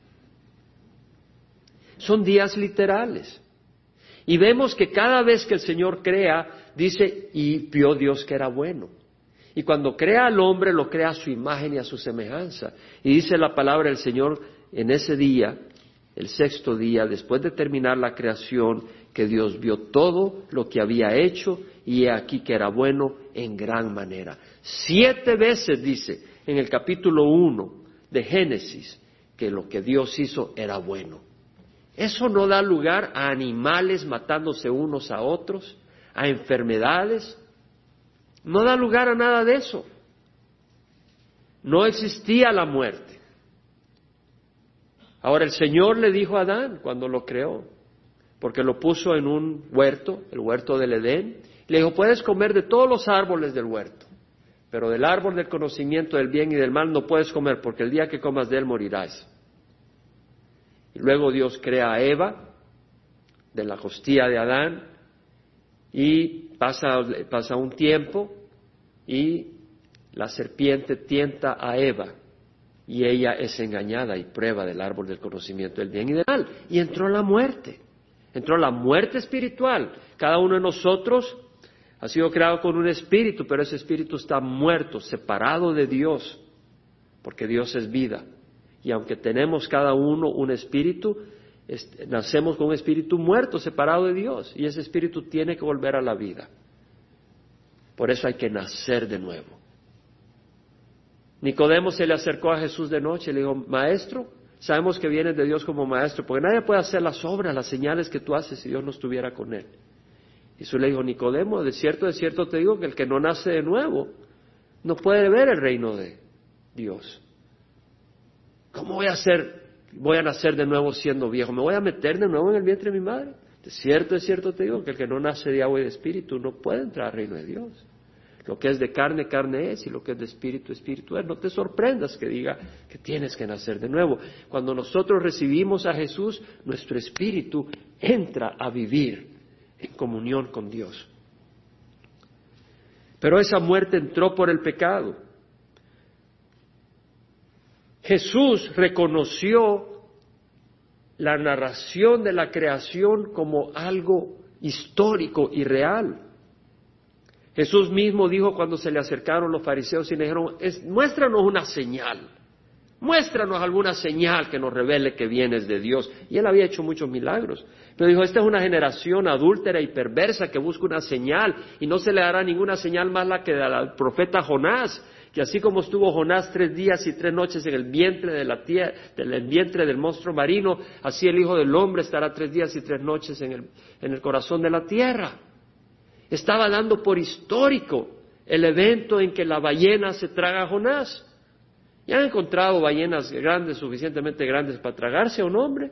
Son días literales. Y vemos que cada vez que el Señor crea, dice, y vio Dios que era bueno. Y cuando crea al hombre, lo crea a su imagen y a su semejanza. Y dice la palabra del Señor en ese día, el sexto día, después de terminar la creación, que Dios vio todo lo que había hecho y he aquí que era bueno en gran manera. 7 veces dice en el capítulo 1 de Génesis que lo que Dios hizo era bueno. Eso no da lugar a animales matándose unos a otros, a enfermedades. No da lugar a nada de eso. No existía la muerte. Ahora el Señor le dijo a Adán cuando lo creó, porque lo puso en un huerto, el huerto del Edén, le dijo, puedes comer de todos los árboles del huerto, pero del árbol del conocimiento del bien y del mal no puedes comer, porque el día que comas de él morirás. Y luego Dios crea a Eva, de la costilla de Adán, y pasa un tiempo, y la serpiente tienta a Eva, y ella es engañada y prueba del árbol del conocimiento del bien y del mal, y entró la muerte espiritual. Cada uno de nosotros ha sido creado con un espíritu, pero ese espíritu está muerto, separado de Dios, porque Dios es vida. Y aunque tenemos cada uno un espíritu, nacemos con un espíritu muerto, separado de Dios, y ese espíritu tiene que volver a la vida. Por eso hay que nacer de nuevo. Nicodemo se le acercó a Jesús de noche y le dijo, Maestro, sabemos que vienes de Dios como maestro, porque nadie puede hacer las obras, las señales que tú haces si Dios no estuviera con él. Jesús le dijo, Nicodemo, de cierto te digo que el que no nace de nuevo no puede ver el reino de Dios. ¿Cómo voy a nacer de nuevo siendo viejo? ¿Me voy a meter de nuevo en el vientre de mi madre? De cierto te digo que el que no nace de agua y de espíritu no puede entrar al reino de Dios. Lo que es de carne, carne es, y lo que es de espíritu, espíritu es. No te sorprendas que diga que tienes que nacer de nuevo. Cuando nosotros recibimos a Jesús, nuestro espíritu entra a vivir en comunión con Dios. Pero esa muerte entró por el pecado. Jesús reconoció la narración de la creación como algo histórico y real. Jesús mismo dijo cuando se le acercaron los fariseos y le dijeron, muéstranos una señal, muéstranos alguna señal que nos revele que vienes de Dios. Y él había hecho muchos milagros, pero dijo, esta es una generación adúltera y perversa que busca una señal, y no se le dará ninguna señal más la que al profeta Jonás, que así como estuvo Jonás 3 días y 3 noches en el vientre de la tierra, en el vientre del monstruo marino, así el Hijo del Hombre estará 3 días y 3 noches en el corazón de la tierra. Estaba dando por histórico el evento en que la ballena se traga a Jonás. ¿Ya han encontrado ballenas grandes, suficientemente grandes para tragarse a un hombre?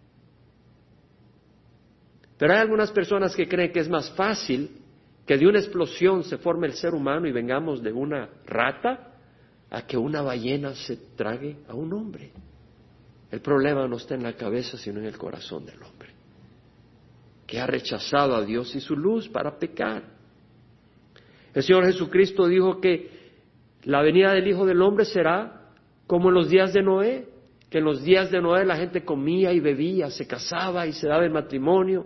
Pero hay algunas personas que creen que es más fácil que de una explosión se forme el ser humano y vengamos de una rata a que una ballena se trague a un hombre. El problema no está en la cabeza, sino en el corazón del hombre, que ha rechazado a Dios y su luz para pecar. El Señor Jesucristo dijo que la venida del Hijo del Hombre será como en los días de Noé, que en los días de Noé la gente comía y bebía, se casaba y se daba el matrimonio,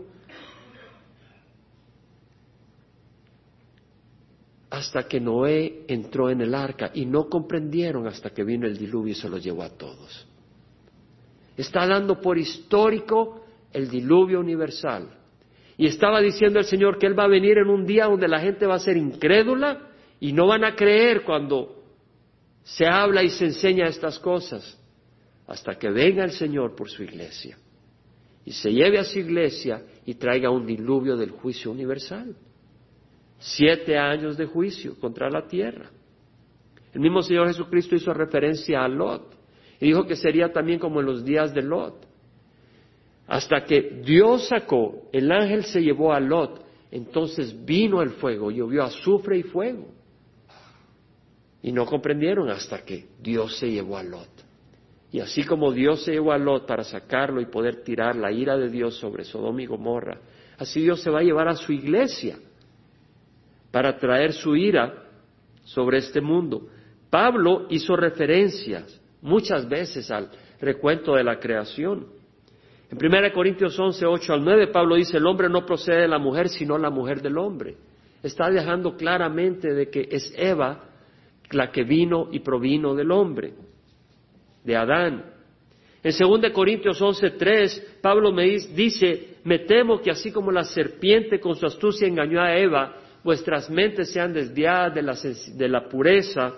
hasta que Noé entró en el arca y no comprendieron hasta que vino el diluvio y se los llevó a todos. Está dando por histórico el diluvio universal. Y estaba diciendo el Señor que Él va a venir en un día donde la gente va a ser incrédula y no van a creer cuando se habla y se enseña estas cosas, hasta que venga el Señor por su iglesia y se lleve a su iglesia y traiga un diluvio del juicio universal. 7 años de juicio contra la tierra. El mismo Señor Jesucristo hizo referencia a Lot y dijo que sería también como en los días de Lot. Hasta que Dios sacó, el ángel se llevó a Lot, entonces vino el fuego, llovió azufre y fuego. Y no comprendieron hasta que Dios se llevó a Lot. Y así como Dios se llevó a Lot para sacarlo y poder tirar la ira de Dios sobre Sodoma y Gomorra, así Dios se va a llevar a su iglesia para traer su ira sobre este mundo. Pablo hizo referencias muchas veces al recuento de la creación. En 1 Corintios 11, 8 al 9, Pablo dice, el hombre no procede de la mujer, sino la mujer del hombre. Está dejando claramente de que es Eva la que vino y provino del hombre, de Adán. En 2 Corintios 11, 3, Pablo dice, me temo que así como la serpiente con su astucia engañó a Eva, vuestras mentes sean desviadas de la pureza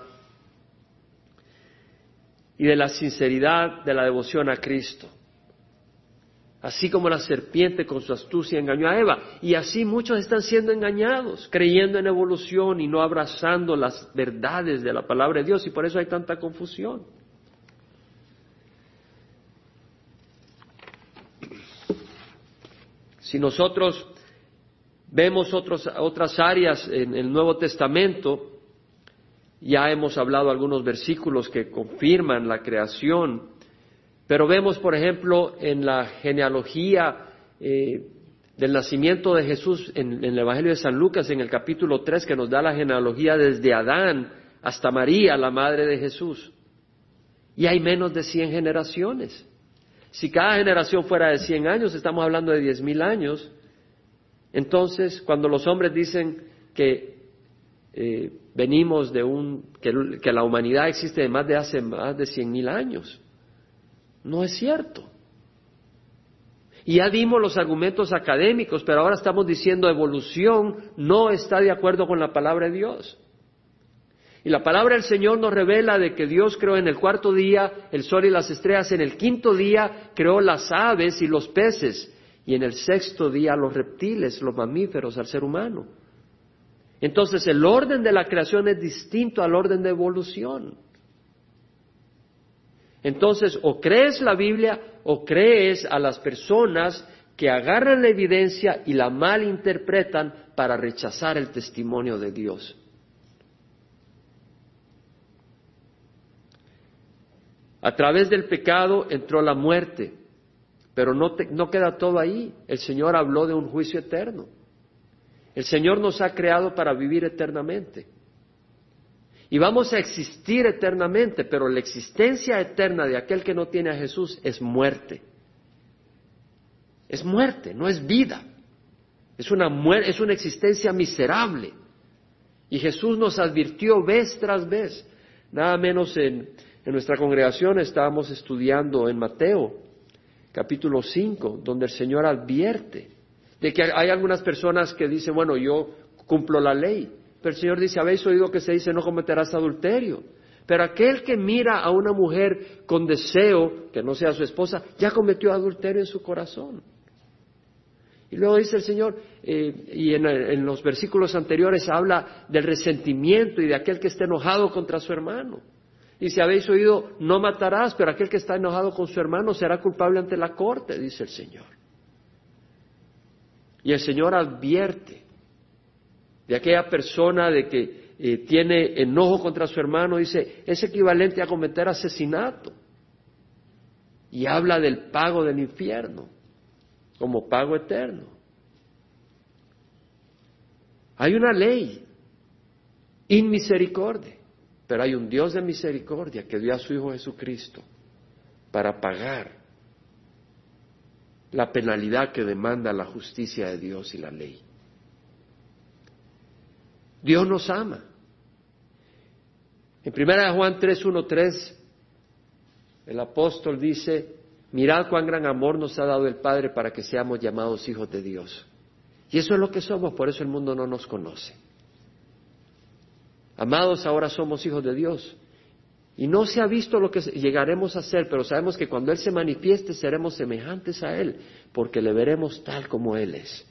y de la sinceridad de la devoción a Cristo. Así como la serpiente con su astucia engañó a Eva. Y así muchos están siendo engañados, creyendo en evolución y no abrazando las verdades de la palabra de Dios. Y por eso hay tanta confusión. Si nosotros vemos otras áreas en el Nuevo Testamento, ya hemos hablado algunos versículos que confirman la creación, pero vemos, por ejemplo, en la genealogía del nacimiento de Jesús, en el Evangelio de San Lucas, en el capítulo 3, que nos da la genealogía desde Adán hasta María, la madre de Jesús. Y hay menos de 100 generaciones. Si cada generación fuera de 100 años, estamos hablando de 10,000 años. Entonces, cuando los hombres dicen que venimos de que la humanidad existe hace más de 100,000 años, no es cierto. Y ya dimos los argumentos académicos, pero ahora estamos diciendo evolución no está de acuerdo con la palabra de Dios. Y la palabra del Señor nos revela de que Dios creó en el 4º día el sol y las estrellas, en el 5º día creó las aves y los peces, y en el 6º día los reptiles, los mamíferos, al ser humano. Entonces el orden de la creación es distinto al orden de evolución. Entonces, o crees la Biblia o crees a las personas que agarran la evidencia y la malinterpretan para rechazar el testimonio de Dios. A través del pecado entró la muerte, pero no queda todo ahí. El Señor habló de un juicio eterno. El Señor nos ha creado para vivir eternamente. Y vamos a existir eternamente, pero la existencia eterna de aquel que no tiene a Jesús es muerte. Es muerte, no es vida. Es una existencia miserable. Y Jesús nos advirtió vez tras vez. Nada menos en nuestra congregación estábamos estudiando en Mateo, capítulo 5, donde el Señor advierte de que hay algunas personas que dicen, bueno, yo cumplo la ley. Pero el Señor dice, habéis oído que se dice, no cometerás adulterio. Pero aquel que mira a una mujer con deseo, que no sea su esposa, ya cometió adulterio en su corazón. Y luego dice el Señor, y en los versículos anteriores habla del resentimiento y de aquel que está enojado contra su hermano. Dice, habéis oído, no matarás, pero aquel que está enojado con su hermano será culpable ante la corte, dice el Señor. Y el Señor advierte de aquella persona de que tiene enojo contra su hermano, dice, es equivalente a cometer asesinato. Y habla del pago del infierno, como pago eterno. Hay una ley, inmisericordia, pero hay un Dios de misericordia que dio a su Hijo Jesucristo para pagar la penalidad que demanda la justicia de Dios y la ley. Dios nos ama. En 1 Juan 3:1-3, el apóstol dice, mirad cuán gran amor nos ha dado el Padre para que seamos llamados hijos de Dios. Y eso es lo que somos, por eso el mundo no nos conoce. Amados, ahora somos hijos de Dios. Y no se ha visto lo que llegaremos a ser, pero sabemos que cuando Él se manifieste seremos semejantes a Él, porque le veremos tal como Él es.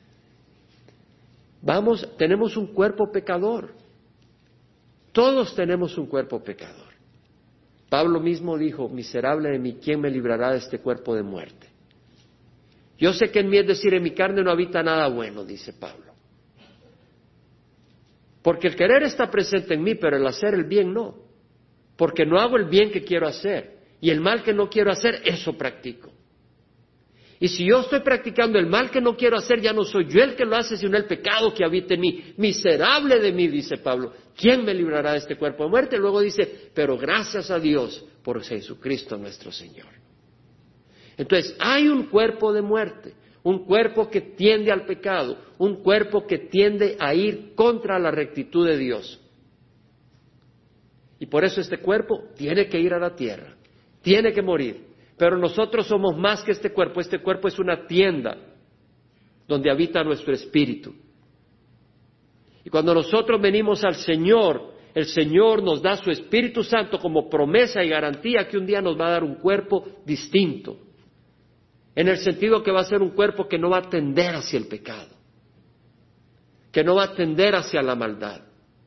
Tenemos un cuerpo pecador. Todos tenemos un cuerpo pecador. Pablo mismo dijo, miserable de mí, ¿quién me librará de este cuerpo de muerte? Yo sé que en mí, es decir, en mi carne no habita nada bueno, dice Pablo. Porque el querer está presente en mí, pero el hacer el bien no. Porque no hago el bien que quiero hacer. Y el mal que no quiero hacer, eso practico. Y si yo estoy practicando el mal que no quiero hacer, ya no soy yo el que lo hace, sino el pecado que habita en mí. Miserable de mí, dice Pablo, ¿quién me librará de este cuerpo de muerte? Luego dice, pero gracias a Dios por Jesucristo nuestro Señor. Entonces, hay un cuerpo de muerte, un cuerpo que tiende al pecado, un cuerpo que tiende a ir contra la rectitud de Dios. Y por eso este cuerpo tiene que ir a la tierra, tiene que morir. Pero nosotros somos más que este cuerpo es una tienda donde habita nuestro espíritu. Y cuando nosotros venimos al Señor, el Señor nos da su Espíritu Santo como promesa y garantía que un día nos va a dar un cuerpo distinto. En el sentido que va a ser un cuerpo que no va a tender hacia el pecado, que no va a tender hacia la maldad.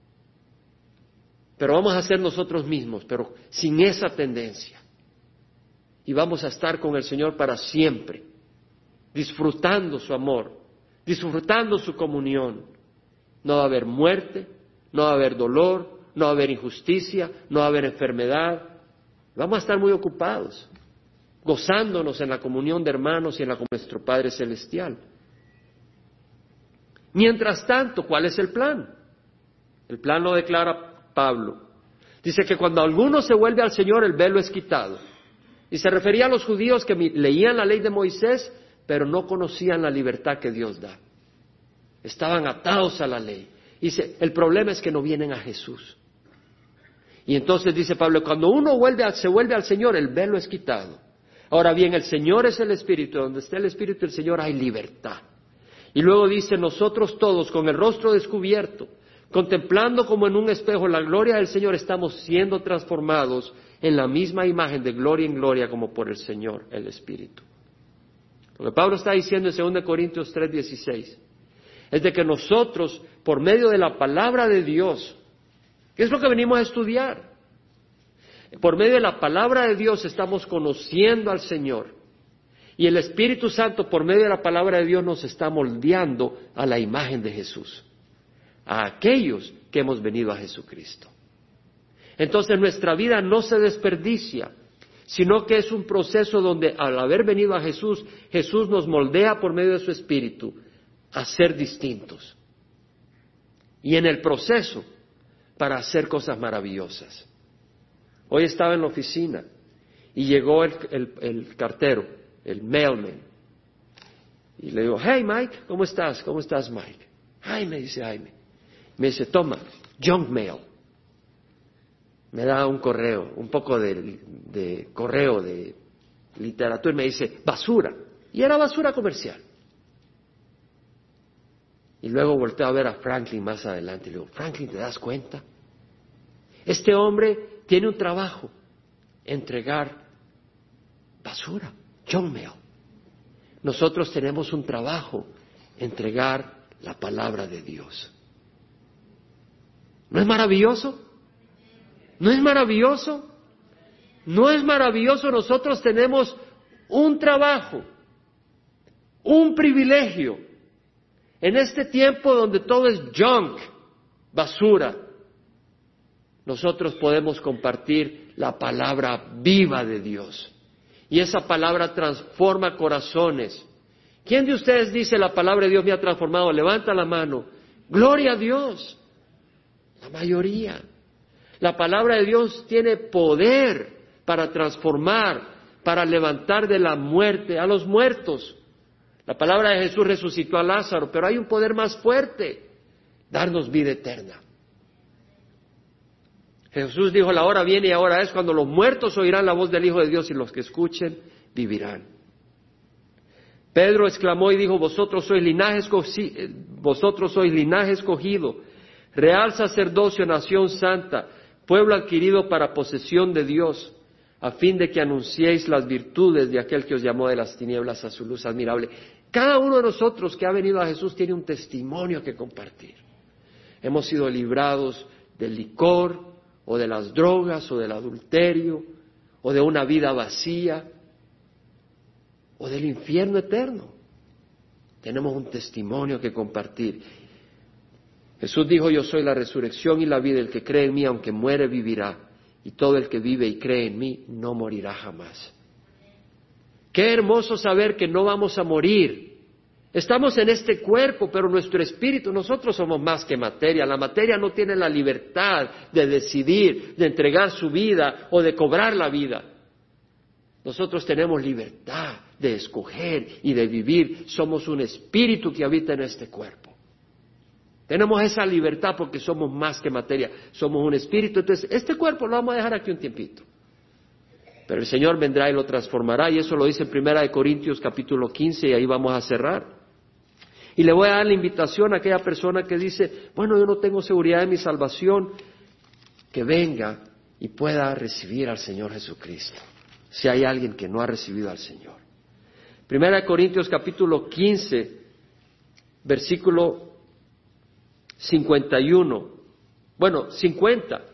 Pero vamos a ser nosotros mismos, pero sin esa tendencia. Y vamos a estar con el Señor para siempre, disfrutando su amor, disfrutando su comunión. No va a haber muerte, no va a haber dolor, no va a haber injusticia, no va a haber enfermedad. Vamos a estar muy ocupados, gozándonos en la comunión de hermanos y en la comunión de nuestro Padre Celestial. Mientras tanto, ¿cuál es el plan? El plan lo declara Pablo. Dice que cuando alguno se vuelve al Señor, el velo es quitado. Y se refería a los judíos que leían la ley de Moisés, pero no conocían la libertad que Dios da. Estaban atados a la ley. Dice, el problema es que no vienen a Jesús. Y entonces dice Pablo, cuando uno se vuelve al Señor, el velo es quitado. Ahora bien, el Señor es el Espíritu. Donde está el Espíritu del Señor hay libertad. Y luego dice, nosotros todos, con el rostro descubierto, contemplando como en un espejo la gloria del Señor, estamos siendo transformados en la misma imagen de gloria en gloria como por el Señor, el Espíritu. Lo que Pablo está diciendo en 2 Corintios 3:16 es de que nosotros, por medio de la palabra de Dios, ¿qué es lo que venimos a estudiar? Por medio de la palabra de Dios estamos conociendo al Señor. Y el Espíritu Santo, por medio de la palabra de Dios, nos está moldeando a la imagen de Jesús, a aquellos que hemos venido a Jesucristo. Entonces nuestra vida no se desperdicia, sino que es un proceso donde al haber venido a Jesús, Jesús nos moldea por medio de su Espíritu a ser distintos. Y en el proceso, para hacer cosas maravillosas. Hoy estaba en la oficina y llegó el cartero, el mailman. Y le digo, hey Mike, ¿cómo estás? ¿Cómo estás, Mike? Ay, me dice Jaime. Me dice, toma, junk mail. Me da un correo, un poco de correo de literatura, y me dice, basura. Y era basura comercial. Y luego volteo a ver a Franklin más adelante y le digo, Franklin, ¿te das cuenta? Este hombre tiene un trabajo, entregar basura, junk mail. Nosotros tenemos un trabajo, entregar la palabra de Dios. ¿No es maravilloso? ¿No es maravilloso? ¿No es maravilloso? Nosotros tenemos un trabajo, un privilegio. En este tiempo donde todo es junk, basura, nosotros podemos compartir la palabra viva de Dios. Y esa palabra transforma corazones. ¿Quién de ustedes dice la palabra de Dios me ha transformado? Levanta la mano. Gloria a Dios. La mayoría. La palabra de Dios tiene poder para transformar, para levantar de la muerte a los muertos. La palabra de Jesús resucitó a Lázaro, pero hay un poder más fuerte, darnos vida eterna. Jesús dijo, la hora viene y ahora es cuando los muertos oirán la voz del Hijo de Dios y los que escuchen vivirán. Pedro exclamó y dijo, vosotros sois linaje escogido, real sacerdocio, nación santa, pueblo adquirido para posesión de Dios, a fin de que anunciéis las virtudes de aquel que os llamó de las tinieblas a su luz admirable. Cada uno de nosotros que ha venido a Jesús tiene un testimonio que compartir. Hemos sido librados del licor, o de las drogas, o del adulterio, o de una vida vacía, o del infierno eterno. Tenemos un testimonio que compartir. Jesús dijo, yo soy la resurrección y la vida, el que cree en mí, aunque muere, vivirá. y todo el que vive y cree en mí no morirá jamás. Qué hermoso saber que no vamos a morir. Estamos en este cuerpo, pero nuestro espíritu, nosotros somos más que materia. La materia no tiene la libertad de decidir, de entregar su vida o de cobrar la vida. Nosotros tenemos libertad de escoger y de vivir. Somos un espíritu que habita en este cuerpo. Tenemos esa libertad porque somos más que materia. Somos un espíritu. Entonces, este cuerpo lo vamos a dejar aquí un tiempito. Pero el Señor vendrá y lo transformará, y eso lo dice en 1 Corintios capítulo 15, y ahí vamos a cerrar. Y le voy a dar la invitación a aquella persona que dice, bueno, yo no tengo seguridad de mi salvación, que venga y pueda recibir al Señor Jesucristo, si hay alguien que no ha recibido al Señor. 1 Corintios capítulo 15, versículo 50.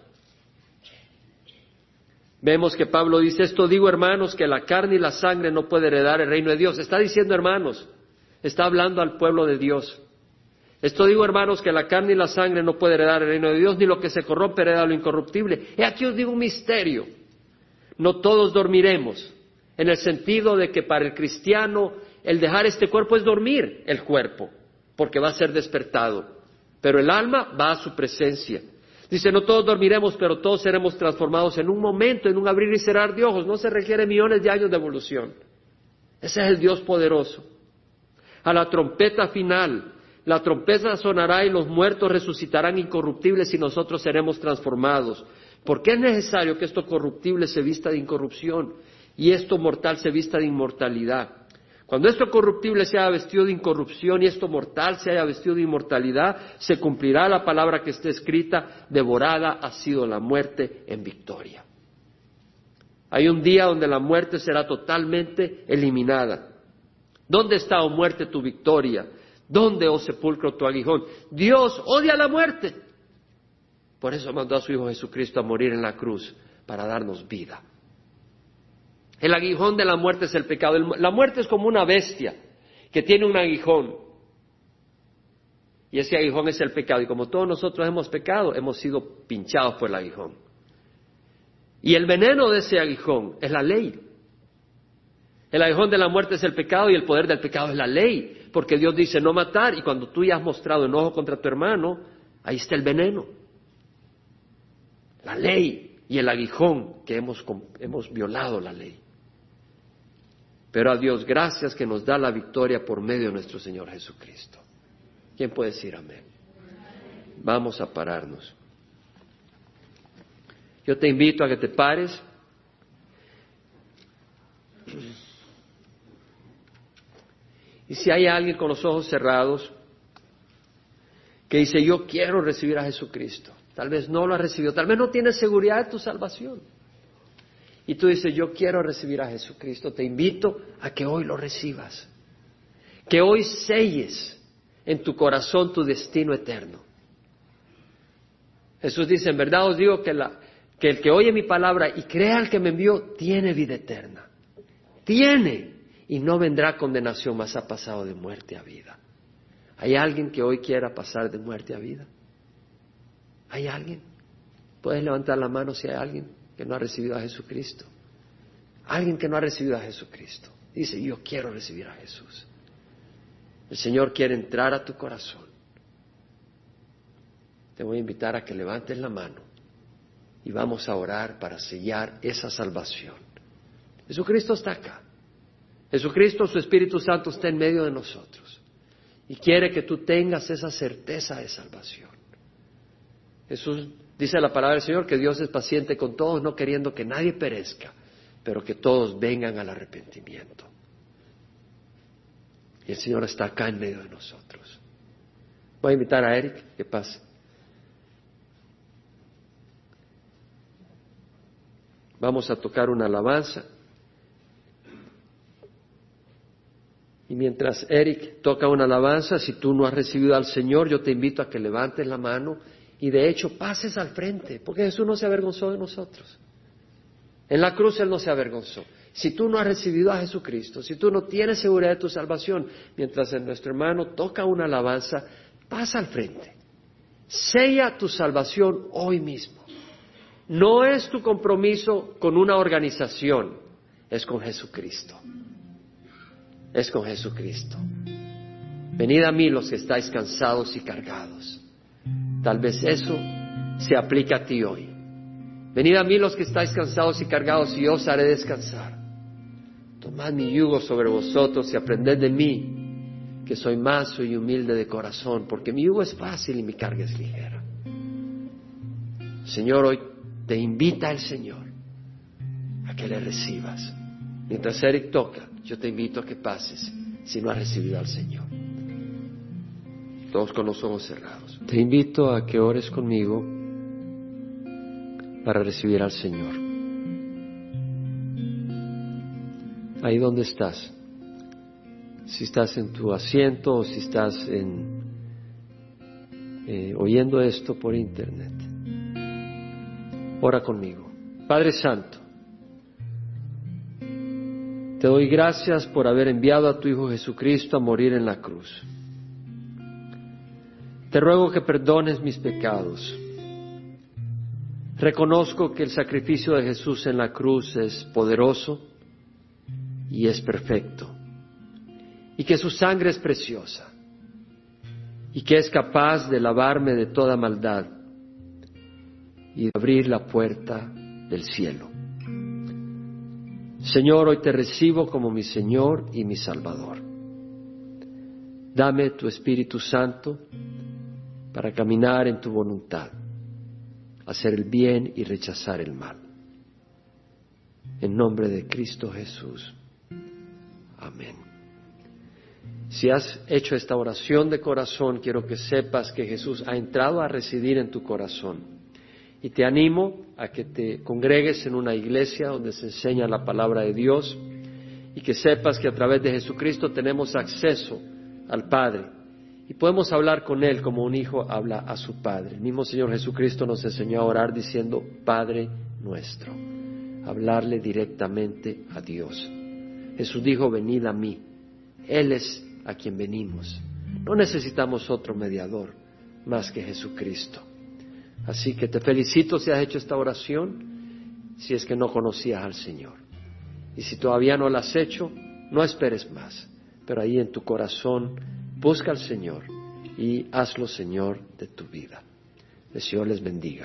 Vemos que Pablo dice, esto digo, hermanos, que la carne y la sangre no puede heredar el reino de Dios. Está diciendo, hermanos, está hablando al pueblo de Dios. Esto digo, hermanos, que la carne y la sangre no puede heredar el reino de Dios, ni lo que se corrompe hereda lo incorruptible. Y aquí os digo un misterio. No todos dormiremos, en el sentido de que para el cristiano el dejar este cuerpo es dormir el cuerpo, porque va a ser despertado. Pero el alma va a su presencia. Dice, no todos dormiremos, pero todos seremos transformados en un momento, en un abrir y cerrar de ojos. No se requiere millones de años de evolución. Ese es el Dios poderoso. A la trompeta final, la trompeta sonará y los muertos resucitarán incorruptibles y nosotros seremos transformados. Porque es necesario que esto corruptible se vista de incorrupción y esto mortal se vista de inmortalidad. Cuando esto corruptible se haya vestido de incorrupción y esto mortal se haya vestido de inmortalidad, se cumplirá la palabra que está escrita, devorada ha sido la muerte en victoria. Hay un día donde la muerte será totalmente eliminada. ¿Dónde está, oh muerte, tu victoria? ¿Dónde, oh sepulcro, tu aguijón? Dios odia la muerte. Por eso mandó a su Hijo Jesucristo a morir en la cruz, para darnos vida. El aguijón de la muerte es el pecado. La muerte es como una bestia que tiene un aguijón. Y ese aguijón es el pecado. Y como todos nosotros hemos pecado, hemos sido pinchados por el aguijón. Y el veneno de ese aguijón es la ley. El aguijón de la muerte es el pecado y el poder del pecado es la ley. Porque Dios dice no matar. Y cuando tú ya has mostrado enojo contra tu hermano, ahí está el veneno. La ley y el aguijón que hemos violado la ley. Pero a Dios gracias que nos da la victoria por medio de nuestro Señor Jesucristo. ¿Quién puede decir amén? Vamos a pararnos. Yo te invito a que te pares. Y si hay alguien con los ojos cerrados que dice yo quiero recibir a Jesucristo, tal vez no lo has recibido, tal vez no tienes seguridad de tu salvación. Y tú dices, yo quiero recibir a Jesucristo. Te invito a que hoy lo recibas. Que hoy selles en tu corazón tu destino eterno. Jesús dice, en verdad os digo que el que oye mi palabra y crea al que me envió, tiene vida eterna. Tiene. Y no vendrá condenación, mas ha pasado de muerte a vida. ¿Hay alguien que hoy quiera pasar de muerte a vida? ¿Hay alguien? ¿Puedes levantar la mano si hay alguien que no ha recibido a Jesucristo? Alguien que no ha recibido a Jesucristo. Dice, yo quiero recibir a Jesús. El Señor quiere entrar a tu corazón. Te voy a invitar a que levantes la mano y vamos a orar para sellar esa salvación. Jesucristo está acá. Jesucristo, su Espíritu Santo está en medio de nosotros y quiere que tú tengas esa certeza de salvación. Jesús dice la palabra del Señor que Dios es paciente con todos, no queriendo que nadie perezca, pero que todos vengan al arrepentimiento. Y el Señor está acá en medio de nosotros. Voy a invitar a Eric que pase. Vamos a tocar una alabanza. Y mientras Eric toca una alabanza, si tú no has recibido al Señor, yo te invito a que levantes la mano y de hecho pases al frente, porque Jesús no se avergonzó de nosotros. En la cruz Él no se avergonzó. Si tú no has recibido a Jesucristo, si tú no tienes seguridad de tu salvación, mientras nuestro hermano toca una alabanza, pasa al frente. Sella tu salvación hoy mismo. No es tu compromiso con una organización, es con Jesucristo. Es con Jesucristo. Venid a mí los que estáis cansados y cargados. Tal vez eso se aplica a ti hoy. Venid a mí los que estáis cansados y cargados y yo os haré descansar. Tomad mi yugo sobre vosotros y aprended de mí, que soy manso y humilde de corazón, porque mi yugo es fácil y mi carga es ligera. Señor, hoy te invita el Señor a que le recibas. Mientras Eric toca, yo te invito a que pases si no has recibido al Señor. Todos con los ojos cerrados. Te invito a que ores conmigo para recibir al Señor. Ahí donde estás. Si estás en tu asiento o si estás oyendo esto por internet. Ora conmigo. Padre Santo, te doy gracias por haber enviado a tu Hijo Jesucristo a morir en la cruz. Te ruego que perdones mis pecados. Reconozco que el sacrificio de Jesús en la cruz es poderoso y es perfecto, y que su sangre es preciosa, y que es capaz de lavarme de toda maldad y de abrir la puerta del cielo. Señor, hoy te recibo como mi Señor y mi Salvador. Dame tu Espíritu Santo para caminar en tu voluntad, hacer el bien y rechazar el mal. En nombre de Cristo Jesús. Amén. Si has hecho esta oración de corazón, quiero que sepas que Jesús ha entrado a residir en tu corazón. Y te animo a que te congregues en una iglesia donde se enseña la palabra de Dios y que sepas que a través de Jesucristo tenemos acceso al Padre y podemos hablar con Él como un hijo habla a su Padre. El mismo Señor Jesucristo nos enseñó a orar diciendo Padre nuestro, hablarle directamente a Dios. Jesús dijo, venid a mí. Él es a quien venimos. No necesitamos otro mediador más que Jesucristo. Así que te felicito si has hecho esta oración, si es que no conocías al Señor. Y si todavía no la has hecho, no esperes más. Pero ahí en tu corazón, busca al Señor y hazlo Señor de tu vida. El Señor les bendiga.